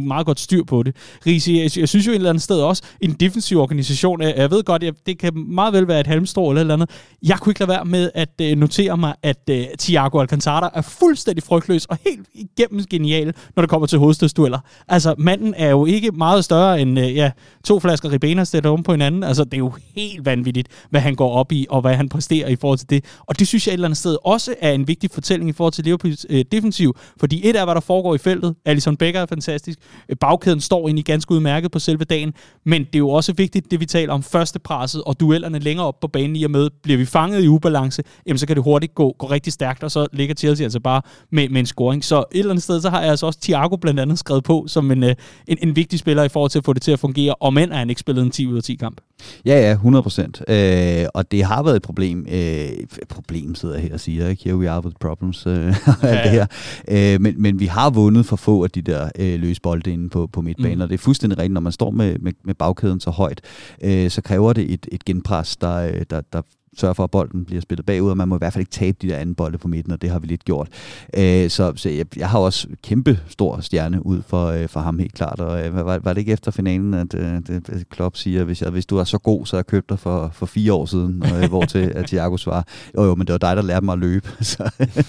styr på det. Risi, jeg, jeg synes jo et eller andet sted også, en defensiv organisation, jeg, jeg ved godt, jeg, det kan meget vel være et halmstrå eller et eller andet. Jeg kunne ikke lade være med at uh, notere mig, at uh, Thiago Alcantara er fuldstændig frygtløs og helt igennem genial, når det kommer til hovedstødsdueller. Altså, manden er jo ikke meget større end uh, ja, to flasker Ribena sætter om på hinanden. Altså, det er jo helt vanvittigt, hvad han går op i, og hvad han præsterer i forhold til det. Og det synes jeg et eller andet sted også er en vigtig fortælling i forhold til Liverpools uh, defensiv, fordi et er, hvad der foregår i feltet. Alisson Becker er fantastisk. Bagkæden står egentlig ganske udmærket på selve dagen, men det er jo også vigtigt, det vi taler om førstepresset og duellerne længere op på banen i og med, bliver vi fanget i ubalance, jamen så kan det hurtigt gå, gå rigtig stærkt, og så ligger Chelsea altså bare med, med en scoring. Så et eller andet sted, så har jeg altså også Thiago blandt andet skrevet på som en, en, en vigtig spiller i forhold til at få det til at fungere, og men er han ikke spillet en ti ud af ti kamp. Ja, ja, hundrede procent. Øh, og det har været et problem. Øh, problem sidder jeg her og siger, ikke? Here we are with problems. Øh, ja, alt det her. Øh, men, men vi har vundet for få af de der øh, løse bolde inde på, på midtbanen, mm. og det er fuldstændig rigtigt, når man står med, med, med bagkæden så højt, øh, så kræver det et, et genpres, der, der, der sørger for, at bolden bliver spillet bagud, og man må i hvert fald ikke tabe de der anden bolde på midten, og det har vi lidt gjort. Øh, så så jeg, jeg har også kæmpe stor stjerne ud for, øh, for ham helt klart, og øh, var, var det ikke efter finalen, at øh, det, Klopp siger, hvis, jeg, hvis du er så god, så har jeg købt dig for, for fire år siden, og, øh, hvor til at Thiago svarer, jo jo, men det var dig, der lærte mig at løbe. Så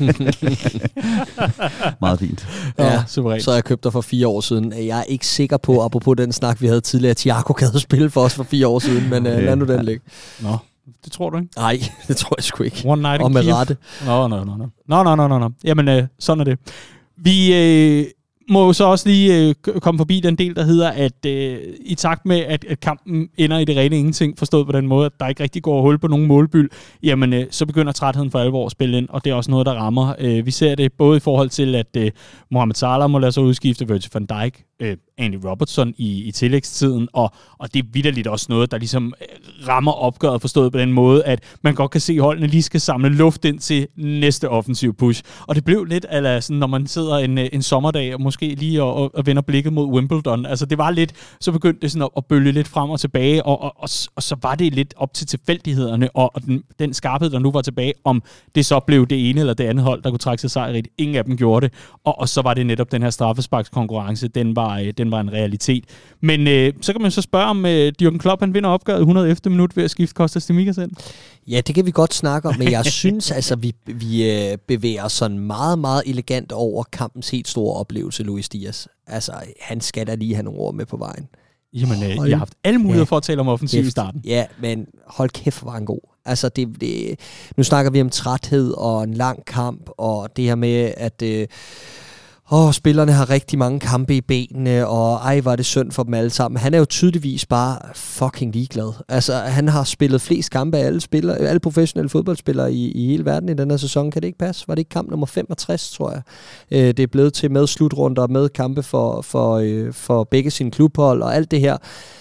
meget fint. Ja, ja, så har jeg købt dig for fire år siden. Jeg er ikke sikker på, apropos den snak, vi havde tidligere, at Thiago gad spille for os for fire år siden, men øh, lad nu den ligge. Nå. Det tror du ikke? Nej, det tror jeg sgu ikke. One night og med Kiev. Rette. Nå, nå, nå, nå. Nå, nå, nå, nå, nå. Jamen, øh, sådan er det. Vi øh, må jo så også lige øh, komme forbi den del, der hedder, at øh, i takt med, at, at kampen ender i det rene ingenting, forstået på den måde, at der ikke rigtig går hul på nogen målbyld, jamen, øh, så begynder trætheden for alvor at spille ind, og det er også noget, der rammer. Øh, vi ser det både i forhold til, at øh, Mohamed Salah må lade sig udskifte, Virgil van Dijk, øh, Andy Robertson i, i tillægstiden, og, og det er vitterligt også noget, der ligesom rammer opgøret, forstået på den måde, at man godt kan se, at holdene lige skal samle luft ind til næste offensiv push. Og det blev lidt, eller sådan, når man sidder en, en sommerdag, og måske lige og, og vender blikket mod Wimbledon. Altså det var lidt, så begyndte det sådan at, at bølge lidt frem og tilbage, og, og, og, og så var det lidt op til tilfældighederne, og, og den, den skarphed, der nu var tilbage, om det så blev det ene eller det andet hold, der kunne trække sig sejrigt. Ingen af dem gjorde det, og, og så var det netop den her straffesparkskonkurrence, den var, den var en realitet. Men øh, så kan man så spørge, om øh, Jürgen Klopp han vinder opgøret hundrede efter minut ved at skifte Kostas Tsimikas ind. Ja, det kan vi godt snakke om, men jeg synes, altså, vi, vi øh, bevæger os sådan meget, meget elegant over kampens helt store oplevelse, Luis Diaz. Altså, han skal da lige have nogle ord med på vejen. Jamen, øh, jeg har haft alle muligheder ja, for at tale om offensiv i starten. Ja, men hold kæft, var han god. Altså, det, det, nu snakker vi om træthed og en lang kamp, og det her med, at øh, åh, spillerne har rigtig mange kampe i benene, og ej, var det synd for dem alle sammen. Han er jo tydeligvis bare fucking ligeglad. Altså, han har spillet flest kampe af alle, spillere, alle professionelle fodboldspillere i, i hele verden i den her sæson. Kan det ikke passe? Var det ikke kamp nummer femogtres, tror jeg? Øh, det er blevet til med slutrunder, med kampe for, for, øh, for begge sine klubhold og alt det her.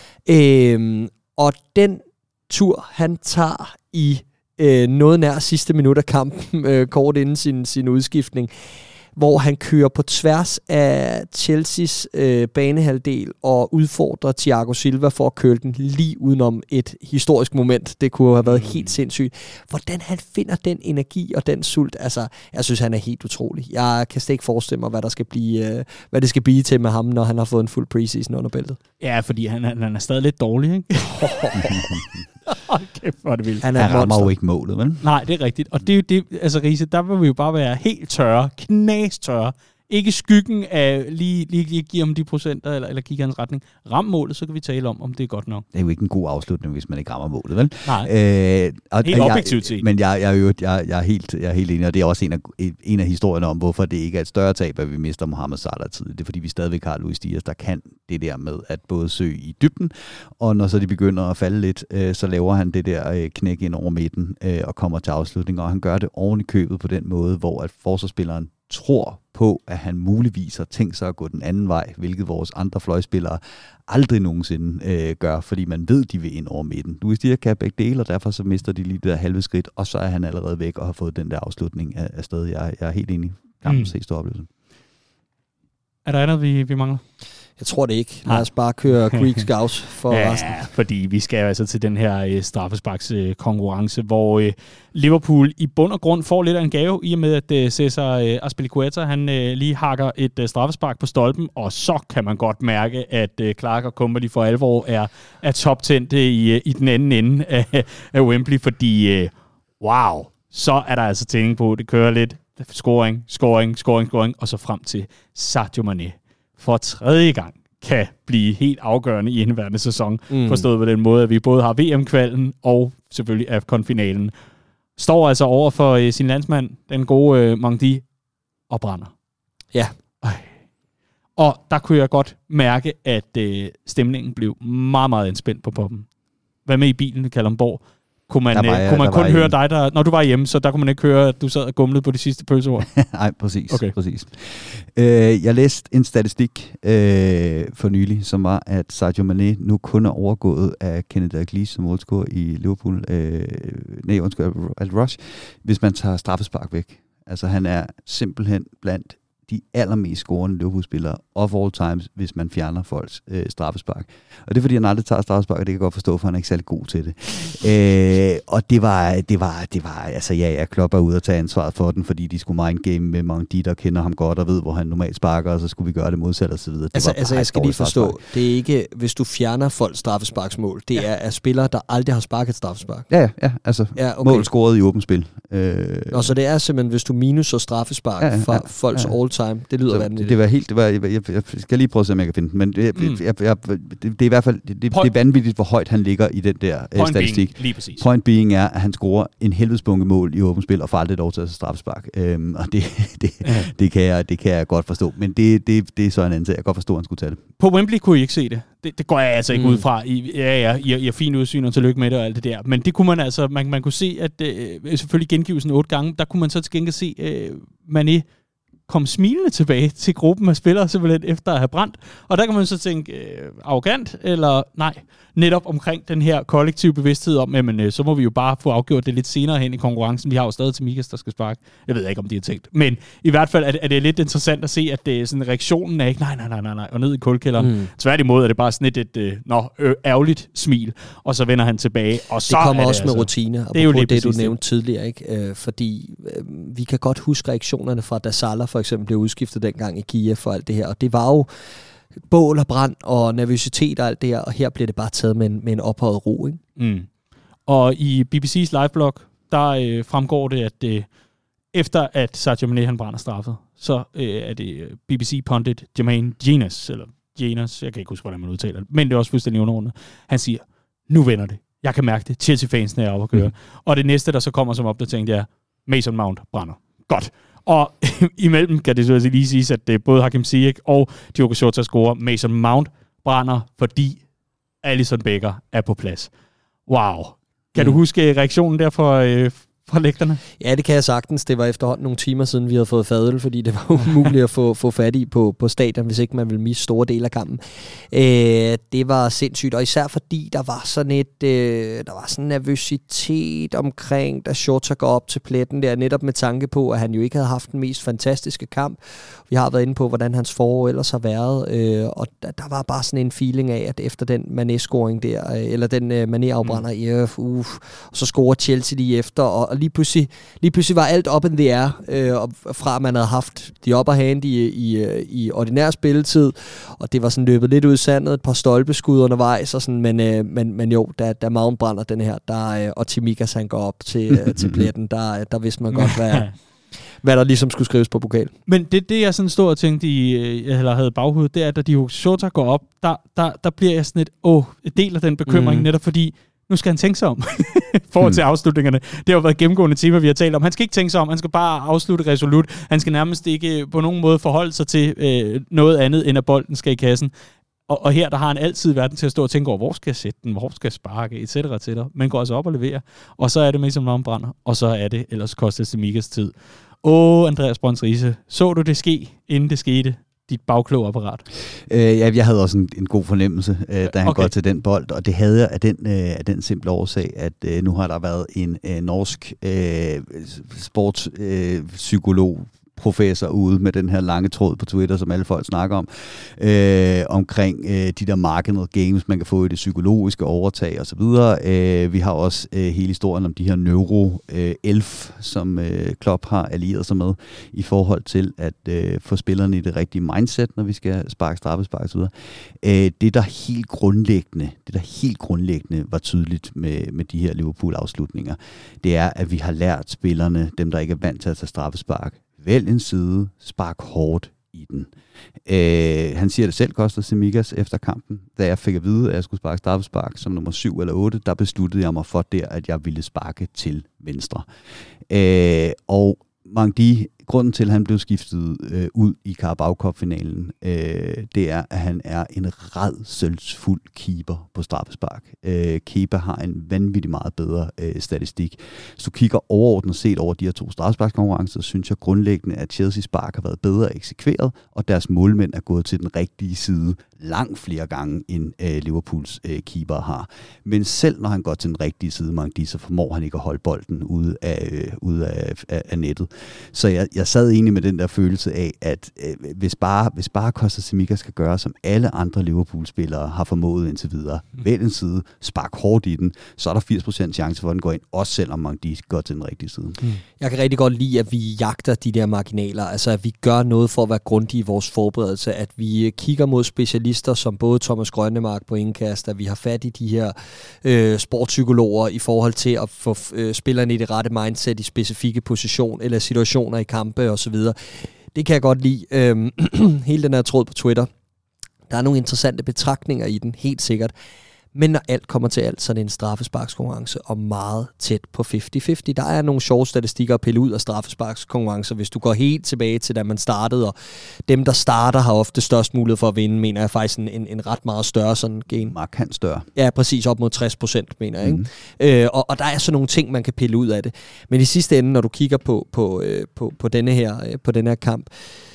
Øh, og den tur, han tager i øh, noget nær sidste minut af kampen, øh, kort inden sin, sin udskiftning, hvor han kører på tværs af Chelseas øh, banehalvdel og udfordrer Thiago Silva for at køle den lige udenom et historisk moment. Det kunne have været helt sindssygt. Hvordan han finder den energi og den sult, altså, jeg synes, han er helt utrolig. Jeg kan slet ikke forestille mig, hvad, der skal blive, øh, hvad det skal blive til med ham, når han har fået en fuld preseason under bæltet. Ja, fordi han, han er stadig lidt dårlig, ikke? Hold kæft, hvor er det vildt. Han, han rammer jo ikke målet, vel? Nej, det er rigtigt. Og det er jo det, altså Riese, der vil vi jo bare være helt tørre, knastørre. Ikke skyggen af lige, lige, lige give ham de procenter, eller, eller kigge hans retning. Ram målet, så kan vi tale om, om det er godt nok. Det er jo ikke en god afslutning, hvis man ikke rammer målet, vel? Nej, øh, og, helt objektivt set. Men jeg, jeg, jeg, jeg, jeg, er helt, jeg er helt enig, og det er også en af, en af historierne om, hvorfor det ikke er et større tab, at vi mister Mohamed Salah tid. Det er fordi, vi stadigvæk har Luis Diaz, der kan det der med at både søge i dybden, og når så de begynder at falde lidt, øh, så laver han det der øh, knæk ind over midten øh, og kommer til afslutning, og han gør det oven i købet på den måde, hvor at forsvarsspilleren tror på, at han muligvis har tænkt sig at gå den anden vej, hvilket vores andre fløjspillere aldrig nogensinde øh, gør, fordi man ved, de vil ind over midten. Luis Diaz kan begge dele, og derfor så mister de lige det der halve skridt, og så er han allerede væk og har fået den der afslutning af, af stedet. Jeg, jeg er helt enig. Kampens mm. helt stor oplevelse. Er der andet, vi, vi mangler? Jeg tror det ikke. Lad os bare køre Greek Scouts for ja, resten. Fordi vi skal jo altså til den her øh, straffesparks øh, konkurrence, hvor øh, Liverpool i bund og grund får lidt af en gave, i og med at øh, Cesar øh, Azpilicueta, han øh, lige hakker et øh, straffespark på stolpen, og så kan man godt mærke, at øh, Clark og Company for alvor er, er toptændte i, øh, i den anden ende af, af Wembley, fordi øh, wow, så er der altså tænking på, det kører lidt scoring, scoring, scoring, scoring, og så frem til Sadio Mane for tredje gang kan blive helt afgørende i indeværende sæson, mm. forstået på den måde, at vi både har V M-kvalden og selvfølgelig A F C-finalen. Står altså over for øh, sin landsmand, den gode øh, Mangdi, og brænder. Ja. Øj. Og der kunne jeg godt mærke, at øh, stemningen blev meget, meget indspændt på poppen. Hvad med i bilen i Kalundborg? Kunne man, jeg, kunne man kun høre dig, der, når du var hjemme, så der kunne man ikke høre, at du sad og gumlede på de sidste pølseord? Nej, præcis. Okay. præcis. Øh, jeg læste en statistik øh, for nylig, som var, at Sadio Mane nu kun er overgået af Kenneth Dalglish som målscorer i Liverpool. Øh, nej, undskyld, Al Rush, hvis man tager straffespark væk. Altså, han er simpelthen blandt de allermest scorende Liverpool-spillere of all times, hvis man fjerner folks øh, straffespark. Og det er, fordi han aldrig tager straffespark, og det kan jeg godt forstå, for han er ikke særlig god til det. Øh, og det var, det var, det var, altså ja, jeg klopper ud og tager ansvaret for den, fordi de skulle mindgame med mange de, der kender ham godt og ved, hvor han normalt sparker, og så skulle vi gøre det modsat og så videre. Det altså, var altså jeg skal lige forstå, det er ikke, hvis du fjerner folks straffesparksmål, det ja. er af spillere, der aldrig har sparket straffespark. Ja, ja, ja, altså ja, okay. mål scoret i åbent spil. Øh, og så det er simpelthen, hvis du minus og straffespark ja, ja, fra folks ja. all time, det lyder vanvittigt. Det var helt, det var, jeg, jeg, jeg skal lige prøve at se, om jeg kan finde den, men det, mm. jeg, jeg, det, det er i hvert fald, det, det er vanvittigt, hvor højt han ligger i den der Point statistik. Being, lige præcis. Point being er, at han scorer en helvedesbunke mål i åbent spil, og får aldrig lov til at straffespark. Øhm, og det, det, ja. det, kan jeg, det kan jeg godt forstå, men det, det, det er så en anden, jeg kan godt forstå, at han skulle tage det. På Wembley kunne I ikke se det. Det, det går jeg altså ikke mm. ud fra. I, ja, ja, I, I har fint udsyn, og tillykke med det og alt det der. Men det kunne man altså, man, man kunne se, at øh, selvfølgelig gengivelsen otte gange, der kunne man så til gengæld se øh, Mané kom smilende tilbage til gruppen af spillere, simpelthen efter at have brændt. Og der kan man så tænke, øh, arrogant, eller nej, netop omkring den her kollektive bevidsthed om, jamen, øh, så må vi jo bare få afgjort det lidt senere hen i konkurrencen. Vi har jo stadig til Mikas, der skal sparke. Jeg ved ikke, om de har tænkt. Men i hvert fald er det, er det lidt interessant at se, at det, sådan, reaktionen er ikke, nej, nej, nej, nej, nej, og ned i kulkælderen. Mm. Tværtimod er det bare sådan et, et, et nå, øh, ærgerligt smil, og så vender han tilbage, og så det kommer er det også med altså rutine, og det er jo det, det du nævnte tidligere, ikke? Øh, fordi øh, vi kan godt huske reaktionerne fra da Salah for eksempel blev udskiftet dengang i Kiev for alt det her, og det var jo bål og brand og nervøsitet og alt det her, og her bliver det bare taget med en, med en ophøjet ro, ikke? Mm. Og i B B C's liveblog, der øh, fremgår det, at øh, efter at Sadio Mane han brænder straffet, så øh, er det B B C-pundit Jermaine Jenas, eller Jenas, jeg kan ikke huske, hvordan man udtaler det, men det er også fuldstændig underordnet. Han siger, nu vender det. Jeg kan mærke det. Chelsea-fansen er oppe at køre. Mm. Og det næste, der så kommer som opdatering, det er Mason Mount brænder. Godt. Og imellem kan det så lige siges, at det både Hakim Ziyech og Diogo Jota scorer. Mason Mount brænder, fordi Alisson Becker er på plads. Wow. Kan mm. du huske reaktionen der fra, øh, fra lægterne? Ja, det kan jeg sagtens. Det var efterhånden nogle timer siden, vi havde fået fadøl, fordi det var umuligt at få, få fat i på, på stadion, hvis ikke man ville miste store dele af kampen. Øh, det var sindssygt, og især fordi der var sådan et, øh, der var sådan en nervøsitet omkring, da Jota går op til pletten der, netop med tanke på, at han jo ikke havde haft den mest fantastiske kamp. Vi har været inde på, hvordan hans forår ellers har været, øh, og der, der var bare sådan en feeling af, at efter den Mané-scoring der, øh, eller den øh, Mané-afbrænder, mm. øh, uh, og så scorer Chelsea lige efter, og, og lige pludselig, lige pludselig var alt up in the air, øh, og fra at man havde haft de upper hand i, i, i ordinær spilletid, og det var sådan løbet lidt ud i sandet, et par stolpeskud undervejs, og sådan, men, øh, men, men jo, da, da Mount brænder den her, der, øh, og Tsimikas han går op til, øh, til pletten, der, der vidste man godt, hvad, hvad der ligesom skulle skrives på pokal. Men det, det jeg sådan stod og tænkte i, eller havde baghovedet, det er, at da Diogo Jota går op, der, der, der bliver jeg sådan et, åh, jeg deler den bekymring, mm. netop fordi, nu skal han tænke sig om forhold til afslutningerne. Det har jo været gennemgående tema, vi har talt om. Han skal ikke tænke sig om, han skal bare afslutte resolut. Han skal nærmest ikke på nogen måde forholde sig til øh, noget andet, end at bolden skal i kassen. Og, og her, der har han altid verden til at stå og tænke over, hvor skal jeg sætte den, hvor skal jeg sparke, et cetera, et cetera. Men går altså op og leverer. Og så er det Mason Mount brænder, og så er det, ellers koster det Mikas tid. Åh, Andreas Brøns Riise, så du det ske, inden det skete? Dit bagklog apparat? Øh, ja, jeg havde også en, en god fornemmelse, øh, da han okay. går til den bold, og det havde jeg af den, øh, af den simple årsag, at øh, nu har der været en øh, norsk øh, sportspsykolog, øh, psykologprofessor ude med den her lange tråd på Twitter, som alle folk snakker om, øh, omkring øh, de der marginal games, man kan få i det psykologiske overtag osv. Øh, vi har også øh, hele historien om de her neuro-elf, øh, som øh, Klopp har allieret sig med, i forhold til at øh, få spillerne i det rigtige mindset, når vi skal sparke straffespark osv. Øh, det, der helt grundlæggende, det, der helt grundlæggende var tydeligt med, med de her Liverpool-afslutninger, det er, at vi har lært spillerne, dem der ikke er vant til at tage straffespark, vælg en side, spark hårdt i den. Øh, han siger det selv, Costa Tsimikas, efter kampen. Da jeg fik at vide, at jeg skulle sparke straffespark som nummer syv eller otte, der besluttede jeg mig for der, at jeg ville sparke til venstre. Øh, og Mangdi, grunden til, at han blev skiftet øh, ud i Carabao Cup-finalen, øh, det er, at han er en rædselsfuld keeper på straffespark. Øh, Kepa har en vanvittig meget bedre øh, statistik. Så du kigger overordnet set over de her to straffesparkskonkurrencer, synes jeg grundlæggende, at Chelsea's spark har været bedre eksekveret, og deres målmænd er gået til den rigtige side langt flere gange, end øh, Liverpools øh, keeper har. Men selv når han går til den rigtige side, Mangdi, så formår han ikke at holde bolden ude af, øh, ude af, af, af nettet. Så jeg, jeg sad egentlig med den der følelse af, at øh, hvis bare, hvis bare Costa Tsimikas skal gøre, som alle andre Liverpool-spillere har formået indtil videre, mm. vælg en side, spark hårdt i den, så er der firs procent chance for, at den går ind, også selvom Mangdi går til den rigtige side. Mm. Jeg kan rigtig godt lide, at vi jagter de der marginaler, altså at vi gør noget for at være grundige i vores forberedelse, at vi kigger mod specialister som både Thomas Grønnemark på indkast, at vi har fat i de her øh, sportspsykologer i forhold til at få øh, spillerne i det rette mindset i specifikke position eller situationer i kampe og så videre. Det kan jeg godt lide. Øhm, hele den her tråd på Twitter. Der er nogle interessante betragtninger i den, helt sikkert. Men når alt kommer til alt, så er det en straffesparkskonkurrence og meget tæt på halvtreds halvtreds. Der er nogle sjove statistikker at pille ud af straffesparkskonkurrencer, hvis du går helt tilbage til, da man startede, og dem, der starter, har ofte størst mulighed for at vinde, mener jeg faktisk en, en, en ret meget større sådan game. Markant større. Ja, præcis, op mod tres procent, mener jeg. Mm. Ikke? Øh, og, og der er så nogle ting, man kan pille ud af det. Men i sidste ende, når du kigger på, på, øh, på, på, denne, her, øh, på denne her kamp,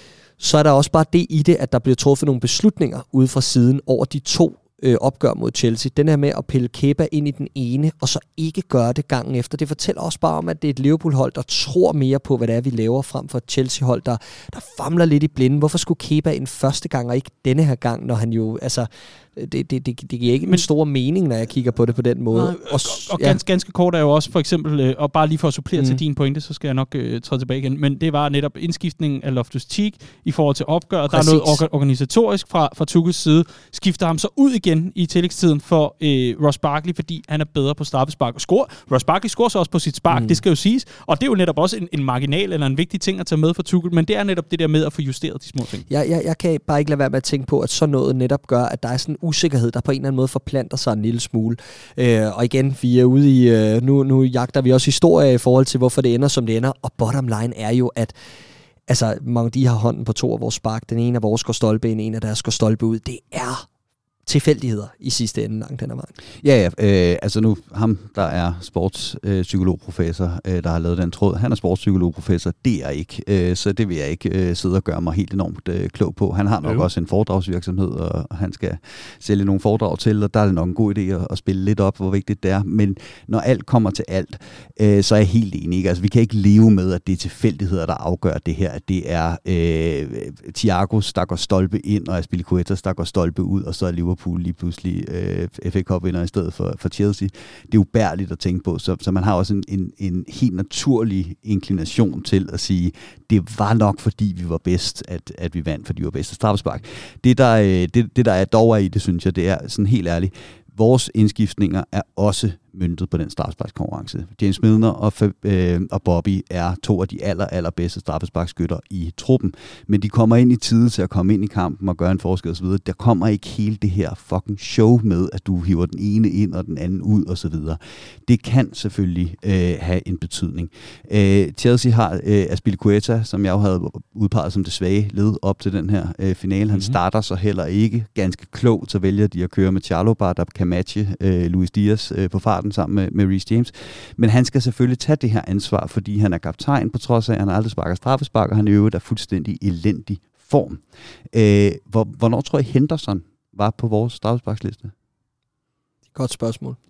så er der også bare det i det, at der bliver truffet nogle beslutninger ude fra siden over de to øh, opgør mod Chelsea. Den her med at pille Kepa ind i den ene, og så ikke gøre det gangen efter. Det fortæller også bare om, at det er et Liverpool-hold, der tror mere på, hvad det er, vi laver, frem for et Chelsea-hold, der, der famler lidt i blinden. Hvorfor skulle Kepa ind første gang, og ikke denne her gang, når han jo, altså, det, det, det, det giver ikke en stor mening, når jeg kigger på det på den måde. Nej, og og ja. ganske, ganske kort er jo også, for eksempel, øh, og bare lige for at supplere mm. til din pointe, så skal jeg nok øh, træde tilbage igen, men det var netop indskiftningen af Loftus-Cheek i forhold til opgøret. Præcis. Der er noget or- organisatorisk fra, fra Tuchels side. Skifter ham så ud igen i tillægstiden for øh, Ross Barkley, fordi han er bedre på straffespark og score. Ross Barkley scorer så også på sit spark, mm. det skal jo siges, og det er jo netop også en, en marginal eller en vigtig ting at tage med for Tuchel, men det er netop det der med at få justeret de små ting. Jeg, jeg, jeg kan bare ikke lade være med at tænke på, at sådan noget netop gør, at der er sådan en usikkerhed, der på en eller anden måde forplanter sig en lille smule. Øh, og igen, vi er ude i, øh, nu, nu jagter vi også historie i forhold til, hvorfor det ender, som det ender, og bottom line er jo, at altså, mange de har hånden på to af vores spark. Den ene af vores går stolpe ind, en af deres går stolpe ud. Det er tilfældigheder i sidste ende langt den her vej. Ja, ja. Øh, altså nu, ham, der er sportspsykologprofessor, øh, der har lavet den tråd, han er sportspsykologprofessor, det er ikke. Øh, så det vil jeg ikke øh, sidde og gøre mig helt enormt øh, klog på. Han har nok jo også en foredragsvirksomhed, og han skal sælge nogle foredrag til, og der er det nok en god idé at, at spille lidt op, hvor vigtigt det er. Men når alt kommer til alt, øh, så er jeg helt enig. Ikke? Altså, vi kan ikke leve med, at det er tilfældigheder, der afgør det her. At det er øh, Thiagos, der går stolpe ind, og Azpilicueta, der går stolpe ud, og så er Liverpool lige pludselig øh, F A Cup-vinder i stedet for, for Chelsea. Det er ubærligt at tænke på, så, så man har også en, en, en helt naturlig inklination til at sige, det var nok fordi vi var bedst, at, at vi vandt, fordi vi var bedst af straffespark. Det der, øh, det, det der er dog er i det, synes jeg, det er sådan helt ærligt, vores indskiftninger er også møntet på den straffesparkskonkurrence. James Milner og, øh, og Bobby er to af de aller, allerbedste straffesparkskytter i truppen, men de kommer ind i tide til at komme ind i kampen og gøre en forskel osv. Der kommer ikke hele det her fucking show med, at du hiver den ene ind og den anden ud osv. Det kan selvfølgelig øh, have en betydning. Øh, Chelsea har øh, Azpilicueta, som jeg jo havde udpeget som det svage led op til den her øh, finale. Han mm-hmm. starter så heller ikke ganske klogt, så vælger de at køre med Chalobah, der kan matche øh, Luis Diaz øh, på farten sammen med, med Reece James. Men han skal selvfølgelig tage det her ansvar, fordi han er kaptajn, på trods af, at han aldrig sparker straffespark, og han i øvrigt er fuldstændig elendig form. Øh, hvor, hvornår tror jeg Henderson var på vores straffesparksliste? Godt spørgsmål. Mm.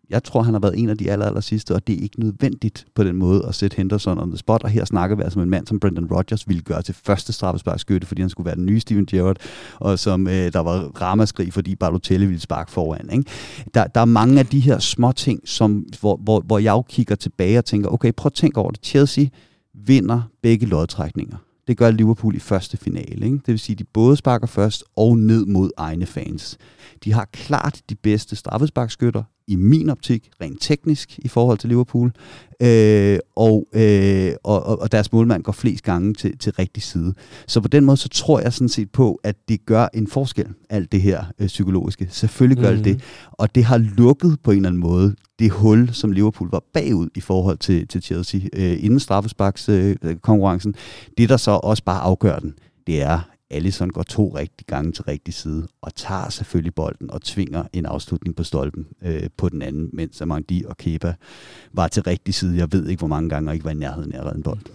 Jeg tror, han har været en af de aller, aller sidste, og det er ikke nødvendigt på den måde at sætte Henderson on the spot. Og her snakker vi altså med en mand, som Brendan Rodgers ville gøre til første straffesparkskytte, fordi han skulle være den nye Steven Gerrard, og som øh, der var ramaskrig, fordi Balotelli ville sparke foran. Ikke? Der, der er mange af de her små ting, som, hvor, hvor, hvor jeg jo kigger tilbage og tænker, okay, prøv at tænke over det. Chelsea vinder begge lodtrækninger. Det gør Liverpool i første finale. Ikke? Det vil sige, at de både sparker først og ned mod egne fans. De har klart de bedste straffesparkskytter i min optik, rent teknisk i forhold til Liverpool, øh, og, øh, og, og deres målmand går flest gange til, til rigtig side. Så på den måde, så tror jeg sådan set på, at det gør en forskel, alt det her øh, psykologiske. Selvfølgelig gør mm-hmm. det det, og det har lukket på en eller anden måde det hul, som Liverpool var bagud i forhold til, til Chelsea øh, inden straffesparkskonkurrencen. Øh, det, der så også bare afgør den, det er, Alisson går to rigtige gange til rigtig side, og tager selvfølgelig bolden og tvinger en afslutning på stolpen øh, på den anden, mens Amandi og Kepa var til rigtig side. Jeg ved ikke, hvor mange gange, og ikke var i nærheden af at redde en bold.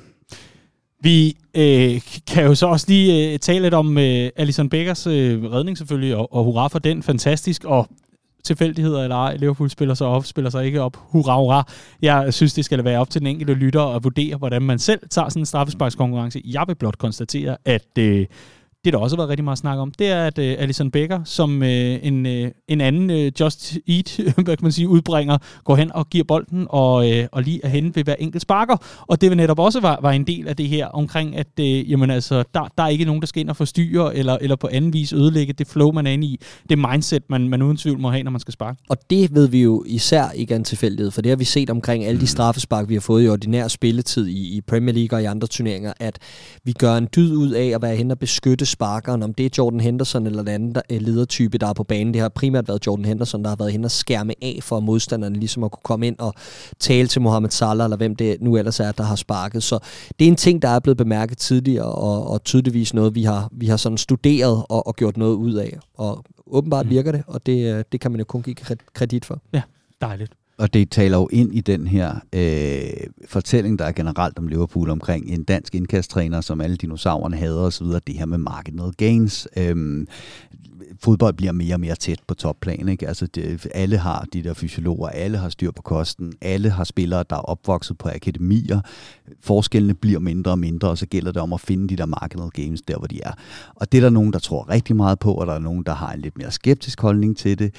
Vi øh, kan jo så også lige øh, tale lidt om øh, Alisson Beckers øh, redning selvfølgelig, og, og hurra for den. Fantastisk, og tilfældigheder eller ej, Liverpool spiller sig op, spiller sig ikke op. Hurra, hurra. Jeg synes, det skal være op til den enkelte lytter at vurdere, hvordan man selv tager sådan en straffesparkskonkurrence. Jeg vil blot konstatere, at øh, det, der også har været rigtig meget snak om, det er, at uh, Alisson Becker, som uh, en, uh, en anden uh, Just Eat, hvad kan man sige, udbringer, går hen og giver bolden og, uh, og lige er henne ved hver enkelt sparker. Og det vil netop også var, var en del af det her omkring, at uh, jamen, altså, der, der er ikke nogen, der skal ind og forstyrre eller, eller på anden vis ødelægge det flow, man er inde i. Det mindset, man, man uden tvivl må have, når man skal sparke. Og det ved vi jo især ikke en tilfældighed, for det har vi set omkring alle de straffespark, vi har fået i ordinær spilletid i, i Premier League og i andre turneringer, at vi gør en dyd ud af at være hen og beskytte sparkeren, om det er Jordan Henderson eller den anden der, ledertype, der er på banen. Det har primært været Jordan Henderson, der har været hen og skærme af for modstanderne, ligesom at kunne komme ind og tale til Mohamed Salah, eller hvem det nu ellers er, der har sparket. Så det er en ting, der er blevet bemærket tidligere, og, og tydeligvis noget, vi har, vi har sådan studeret og, og gjort noget ud af. Og åbenbart mm. virker det, og det, det kan man jo kun give kredit for. Ja, dejligt. Og det taler jo ind i den her øh, fortælling, der er generelt om Liverpool, omkring en dansk indkasttræner, som alle dinosaurerne hader osv., det her med marginal gains. Øhm, fodbold bliver mere og mere tæt på topplan, ikke? Altså det, alle har de der fysiologer, alle har styr på kosten, alle har spillere, der er opvokset på akademier. Forskellene bliver mindre og mindre, og så gælder det om at finde de der marginal gains der, hvor de er. Og det er der nogen, der tror rigtig meget på, og der er nogen, der har en lidt mere skeptisk holdning til det.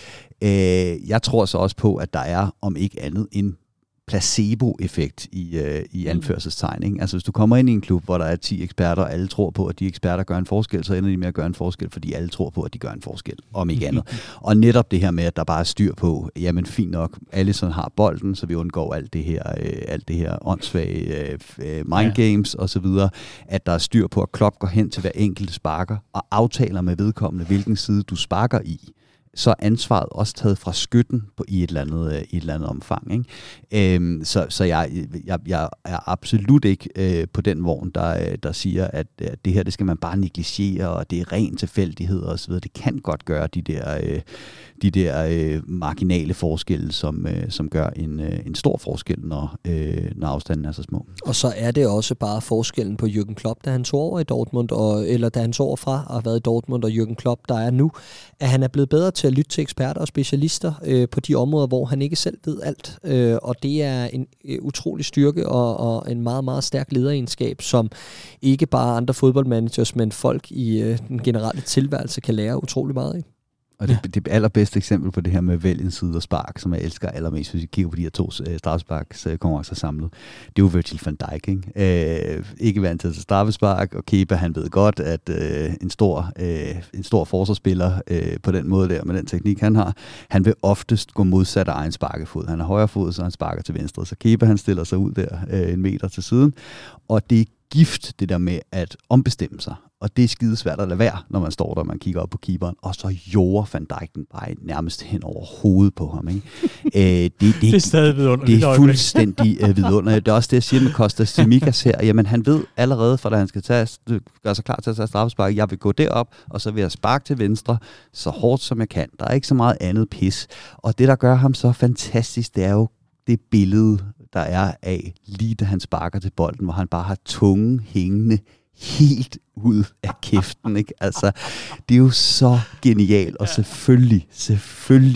Øh, jeg tror så også på, at der er, om ikke andet, en placebo-effekt i, øh, i anførselstegn. Ikke? Altså hvis du kommer ind i en klub, hvor der er ti eksperter, og alle tror på, at de eksperter gør en forskel, så ender de med at gøre en forskel, fordi alle tror på, at de gør en forskel, om ikke andet. Og netop det her med, at der bare er styr på, jamen fint nok, Alisson har bolden, så vi undgår alt det her, øh, alt det her åndssvage øh, mind games og så videre, at der er styr på, at Klopp går hen til hver enkelte sparker og aftaler med vedkommende, hvilken side du sparker i. Så er ansvaret også taget fra skytten på, i, et eller andet, i et eller andet omfang. Ikke? Øhm, så så jeg, jeg, jeg er absolut ikke øh, på den vogn, der, der siger, at, at det her det skal man bare negligere, og det er ren tilfældighed og så videre. Det kan godt gøre de der, øh, de der øh, marginale forskelle, som, øh, som gør en, øh, en stor forskel, når, øh, når afstanden er så små. Og så er det også bare forskellen på Jürgen Klopp, da han tog over i Dortmund, og, eller da han tog over fra at have været i Dortmund, og Jürgen Klopp, der er nu, at han er blevet bedre til at lytte til eksperter og specialister øh, på de områder, hvor han ikke selv ved alt. Øh, og det er en øh, utrolig styrke og, og en meget, meget stærk lederegenskab, som ikke bare andre fodboldmanagers, men folk i øh, den generelle tilværelse kan lære utrolig meget af. Og det, det allerbedste eksempel på det her med vælg en side og spark, som jeg elsker allermest, hvis vi kigger på de her to uh, straffesparks uh, konkurrencer samlet, det er jo Virgil van Dijk. Ikke, uh, ikke vant til straffespark, og Kepa, han ved godt, at uh, en stor, uh, en stor forsvarsspiller uh, på den måde der, med den teknik, han har, han vil oftest gå modsat af egen sparkefod. Han har højre fod, så han sparker til venstre. Så Kepa, han stiller sig ud der uh, en meter til siden, og det er gift, det der med at ombestemme sig. Og det er skide svært at lade være, når man står der, og man kigger op på keeperen, og så jorder Van Dijk den bare nærmest hen over hovedet på ham. Ikke? Æ, det, det, det er stadig vidunderligt. Det er fuldstændig uh, vidunderligt. Det er også det, jeg siger med Kostas Tsimikas her. Jamen, han ved allerede, fra da han skal tage, gøre sig klar til at tage straffespark, jeg vil gå derop, og så vil jeg sparke til venstre, så hårdt som jeg kan. Der er ikke så meget andet pis. Og det, der gør ham så fantastisk, det er jo det billede, der er af, lige da han sparker til bolden, hvor han bare har tungen hængende helt ud af kæften, ikke? Altså, det er jo så genialt, og selvfølgelig, selvfølgelig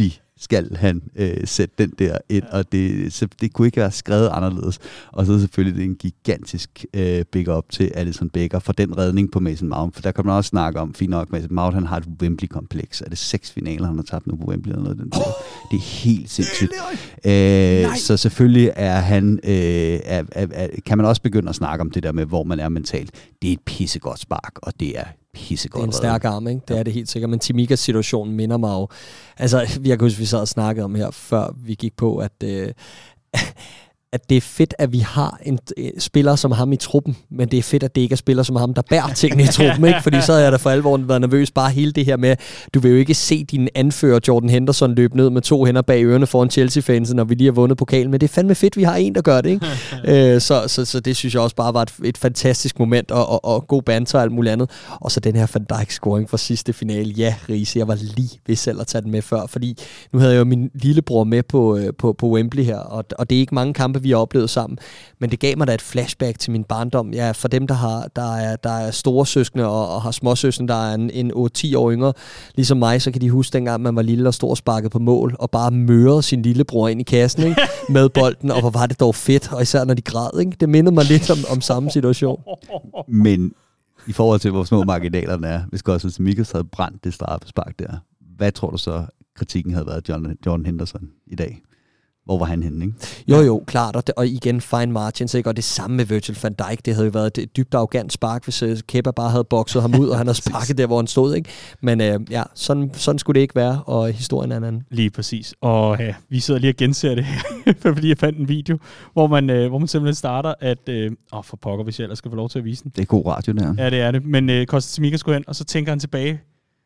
skal han øh, sætte den der ind, og det, så det kunne ikke være skrevet anderledes. Og så selvfølgelig det en gigantisk øh, big up til Alisson Becker for den redning på Mason Mount, for der kan man også snakke om, fint nok, Mason Mount, han har et Wembley-kompleks. Er det seks finaler, han har tabt nu på Wembley eller noget? Den der? Det er helt sindssygt. Øh, så selvfølgelig er han, øh, er, er, er, kan man også begynde at snakke om det der med, hvor man er mentalt. Det er et pissegodt spark, og det er pissegodt. Det er en stærk arm, ikke? Det er det helt sikkert. Men Tsimikas situation minder mig jo... Altså, jeg kan huske, vi sad og snakkede om her, før vi gik på, at... Øh, at det er fedt, at vi har en uh, spiller som ham i truppen, men det er fedt, at det ikke er spiller som ham, der bærer tingene i truppen, ikke? Fordi så havde jeg da for alvor været nervøs. Bare hele det her med, du vil jo ikke se din anfører Jordan Henderson løbe ned med to hænder bag ørerne foran Chelsea-fansen, når vi lige har vundet pokalen, men det er fandme fedt, vi har en, der gør det, ikke? uh, så, så, så det synes jeg også bare var et, et fantastisk moment, og, og, og god banter og alt muligt andet. Og så den her Van Dijk-scoring fra sidste finale. Ja, Riese, jeg var lige ved selv at tage den med før, fordi nu havde jeg jo min lillebror med på, på, på Wembley her, og, og det er ikke mange kampe, vi har oplevet sammen, men det gav mig da et flashback til min barndom. Ja, for dem, der har der er, der er store søskende og, og har småsøskende, der er en, en otte ti år yngre, ligesom mig, så kan de huske dengang, man var lille og stor og sparket på mål, og bare mørede sin lillebror ind i kassen, ikke? Med bolden, og hvor var det dog fedt, og især når de græd, ikke? Det mindede mig lidt om, om samme situation. Men i forhold til, hvor små marginalerne er, hvis Gosses Tsimikas havde brændt det straffespark der, hvad tror du så, kritikken havde været John, Jordan Henderson i dag? Hvor var han henne, ikke? Jo, jo, klart. Og, det, og igen, fine margins, ikke? Og det samme med Virgil van Dijk. Det havde jo været et dybt arrogant spark, hvis uh, Kepa bare havde bokset ham ud, og han havde sparket der, hvor han stod, ikke? Men uh, ja, sådan, sådan skulle det ikke være, og historien er en anden. Lige præcis. Og ja, vi sidder lige og genser det her, fordi jeg fandt en video, hvor man, uh, hvor man simpelthen starter, at... Åh, uh, oh, for pokker, hvis jeg ellers skal få lov til at vise den. Det er god radio, der. Ja, det er det. Men uh, Kostas Tsimikas går hen, og så tænker han tilbage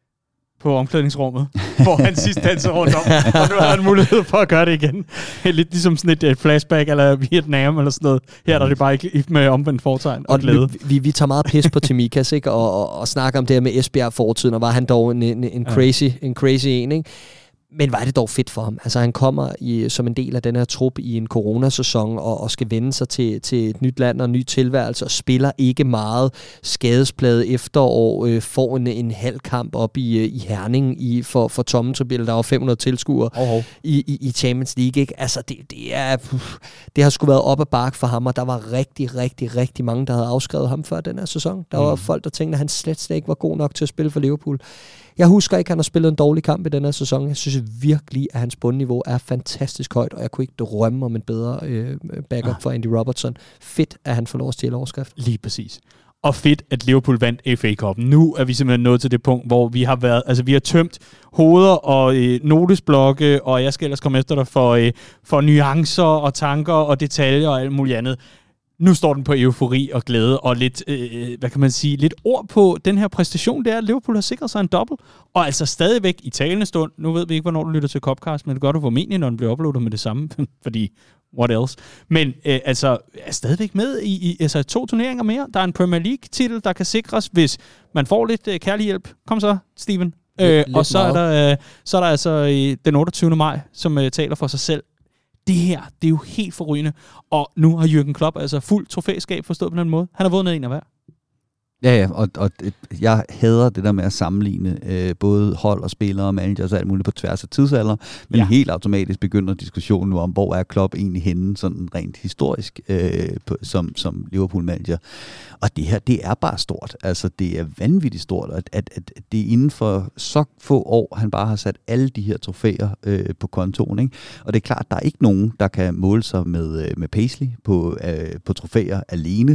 på omklædningsrummet, hvor han sidst dansede rundt om, og nu har han mulighed for at gøre det igen. Lidt ligesom sådan et, et flashback, eller Vietnam, eller sådan noget. Her er det bare ikke med omvendt fortegn og, og glæde. Vi, vi tager meget pis på Tsimikas, ikke? Og, og, og snakker om det her med Esbjerg-fortiden, og var han dog en, en, en, crazy, ja. en crazy en, ikke? Men var det dog fedt for ham? Altså han kommer i, som en del af den her trup i en coronasæson og, og skal vende sig til, til et nyt land og en ny tilværelse og spiller ikke meget skadesplade efterår, øh, får en, en halv kamp op i, i Herning i, for, for tomme tribuner. Der var fem hundrede tilskuere oh, oh. I, i, i Champions League. Ikke? Altså det, det, er, det har sgu været op ad bakke for ham, og der var rigtig, rigtig, rigtig mange, der havde afskrevet ham før den her sæson. Der var mm. folk, der tænkte, at han slet, slet ikke var god nok til at spille for Liverpool. Jeg husker ikke, at han har spillet en dårlig kamp i den her sæson. Jeg synes virkelig, at hans bundniveau er fantastisk højt, og jeg kunne ikke drømme om en bedre øh, backup ah. for Andy Robertson. Fedt, at han får lov at stjæle overskrift. Lige præcis. Og fedt, at Liverpool vandt F A-koppen. Nu er vi simpelthen nået til det punkt, hvor vi har været, altså vi har tømt hoveder og øh, notesblokke, og jeg skal ellers komme efter dig for, øh, for nuancer og tanker og detaljer og alt muligt andet. Nu står den på eufori og glæde og lidt, øh, hvad kan man sige, lidt ord på den her præstation, det er, at Liverpool har sikret sig en dobbelt, og altså stadigvæk i talende stund, nu ved vi ikke, hvornår du lytter til Copcast, men det gør du formentlig, når den bliver uploadet med det samme, fordi what else. Men øh, altså, er stadigvæk med i, i altså, to turneringer mere. Der er en Premier League-titel, der kan sikres, hvis man får lidt øh, kærlig hjælp. Kom så, Steven. Øh, og så er, der, øh, så er der altså øh, den otteogtyvende maj, som øh, taler for sig selv. Det her, det er jo helt forrygende. Og nu har Jürgen Klopp altså fuld trofæskab forstået på den måde. Han har vundet en af hver. Ja, ja, og, og jeg hader det der med at sammenligne øh, både hold og spillere og managers og alt muligt på tværs af tidsalder, men ja. helt automatisk begynder diskussionen nu om, hvor er Klopp egentlig henne, sådan rent historisk, øh, på, som, som Liverpool-manager. Og det her, det er bare stort. Altså, det er vanvittigt stort, at, at, at det er inden for så få år, han bare har sat alle de her trofæer øh, på kontoen, ikke? Og det er klart, der er ikke nogen, der kan måle sig med, øh, med Paisley på, øh, på trofæer alene.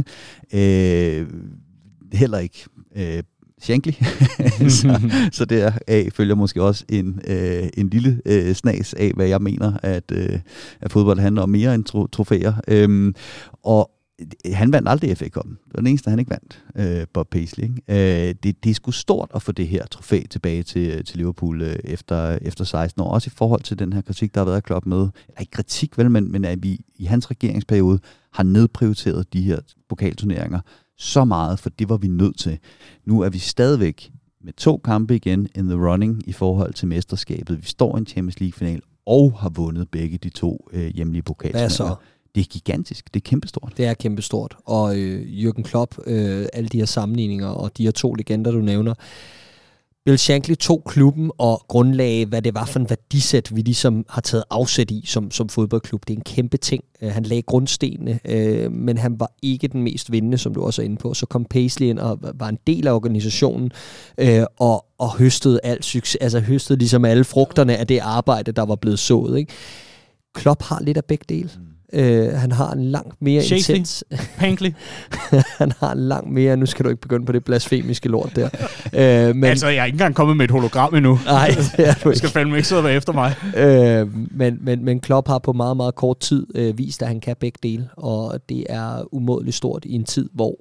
Øh, heller ikke øh, Shankly. så, så deraf følger måske også en, øh, en lille øh, snas af, hvad jeg mener, at, øh, at fodbold handler om mere end tro- trofæer. Øhm, og han vandt aldrig F A-koppen. Det var den eneste, han ikke vandt, øh, Bob Paisley. Ikke? Øh, det, det er sgu stort at få det her trofæ tilbage til, til Liverpool øh, efter, efter seksten år. Også i forhold til den her kritik, der har været af Klopp med. Eller ikke kritik, vel, men, men at vi i hans regeringsperiode har nedprioriteret de her pokalturneringer så meget, for det var vi nødt til. Nu er vi stadigvæk med to kampe igen in the running i forhold til mesterskabet. Vi står i en Champions League-final og har vundet begge de to øh, hjemlige pokalturneringer. Det er gigantisk. Det er kæmpestort. Det er kæmpestort. Og øh, Jürgen Klopp, øh, alle de her sammenligninger og de her to legender, du nævner, Bill Shankly tog klubben og grundlagde, hvad det var for en værdisæt, vi ligesom har taget afsæt i som, som fodboldklub. Det er en kæmpe ting. Uh, han lagde grundstenene, uh, men han var ikke den mest vindende, som du også er inde på. Så kom Paisley ind og var en del af organisationen uh, og, og høstede alt succes, altså høstede ligesom alle frugterne af det arbejde, der var blevet sået. Ikke? Klopp har lidt af begge dele. Uh, han har en langt mere Shasley. intens... Pankly. han har en langt mere... Nu skal du ikke begynde på det blasfemiske lort der. uh, men, altså, jeg er ikke engang kommet med et hologram endnu. Nej, det er du ikke. skal fandme ikke sidde og være efter mig. Uh, men, men, men Klopp har på meget, meget kort tid uh, vist, at han kan begge dele. Og det er umådeligt stort i en tid, hvor...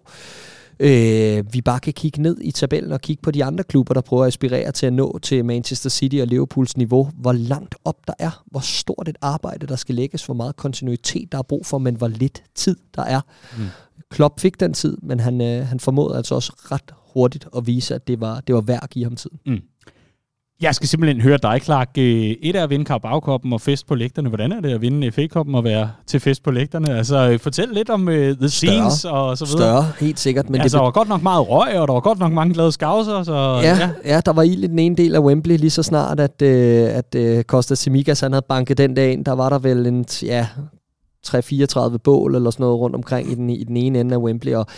Øh, vi bare kan kigge ned i tabellen og kigge på de andre klubber, der prøver at aspirere til at nå til Manchester City og Liverpools niveau. Hvor langt op der er, hvor stort et arbejde, der skal lægges, hvor meget kontinuitet, der er brug for, men hvor lidt tid der er. Mm. Klopp fik den tid, men han, øh, han formåede altså også ret hurtigt at vise, at det var, det var værd at give ham tid. Mm. Jeg skal simpelthen høre dig, Clark. Et er at vinde Carabao-koppen og fest på lægterne. Hvordan er det at vinde F A-koppen og være til fest på lægterne? Altså, fortæl lidt om uh, the scenes større, og så videre. Større, helt sikkert. Men altså, det der var godt nok meget røg, og der var godt nok mange glade skavser. Så, ja, ja. ja, der var ild i den ene del af Wembley lige så snart, at, øh, at øh, Kostas Tsimikas, han havde banket den dag ind. Der var der vel en, ja, tre fireogtredive bål eller sådan noget rundt omkring i den, i den ene ende af Wembley, og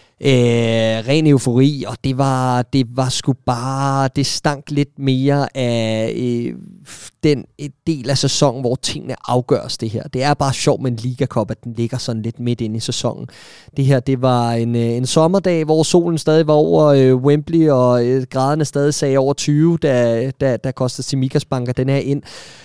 Øh, ren eufori, og det var, det var sgu bare, det stank lidt mere af øh, den et del af sæsonen, hvor tingene afgøres det her. Det er bare sjovt med en Liga Cup, at den ligger sådan lidt midt inde i sæsonen. Det her, det var en, en sommerdag, hvor solen stadig var over øh, Wembley, og øh, graderne stadig sagde over tyve, da, da, da Kostas Tsimikas banker den her ind.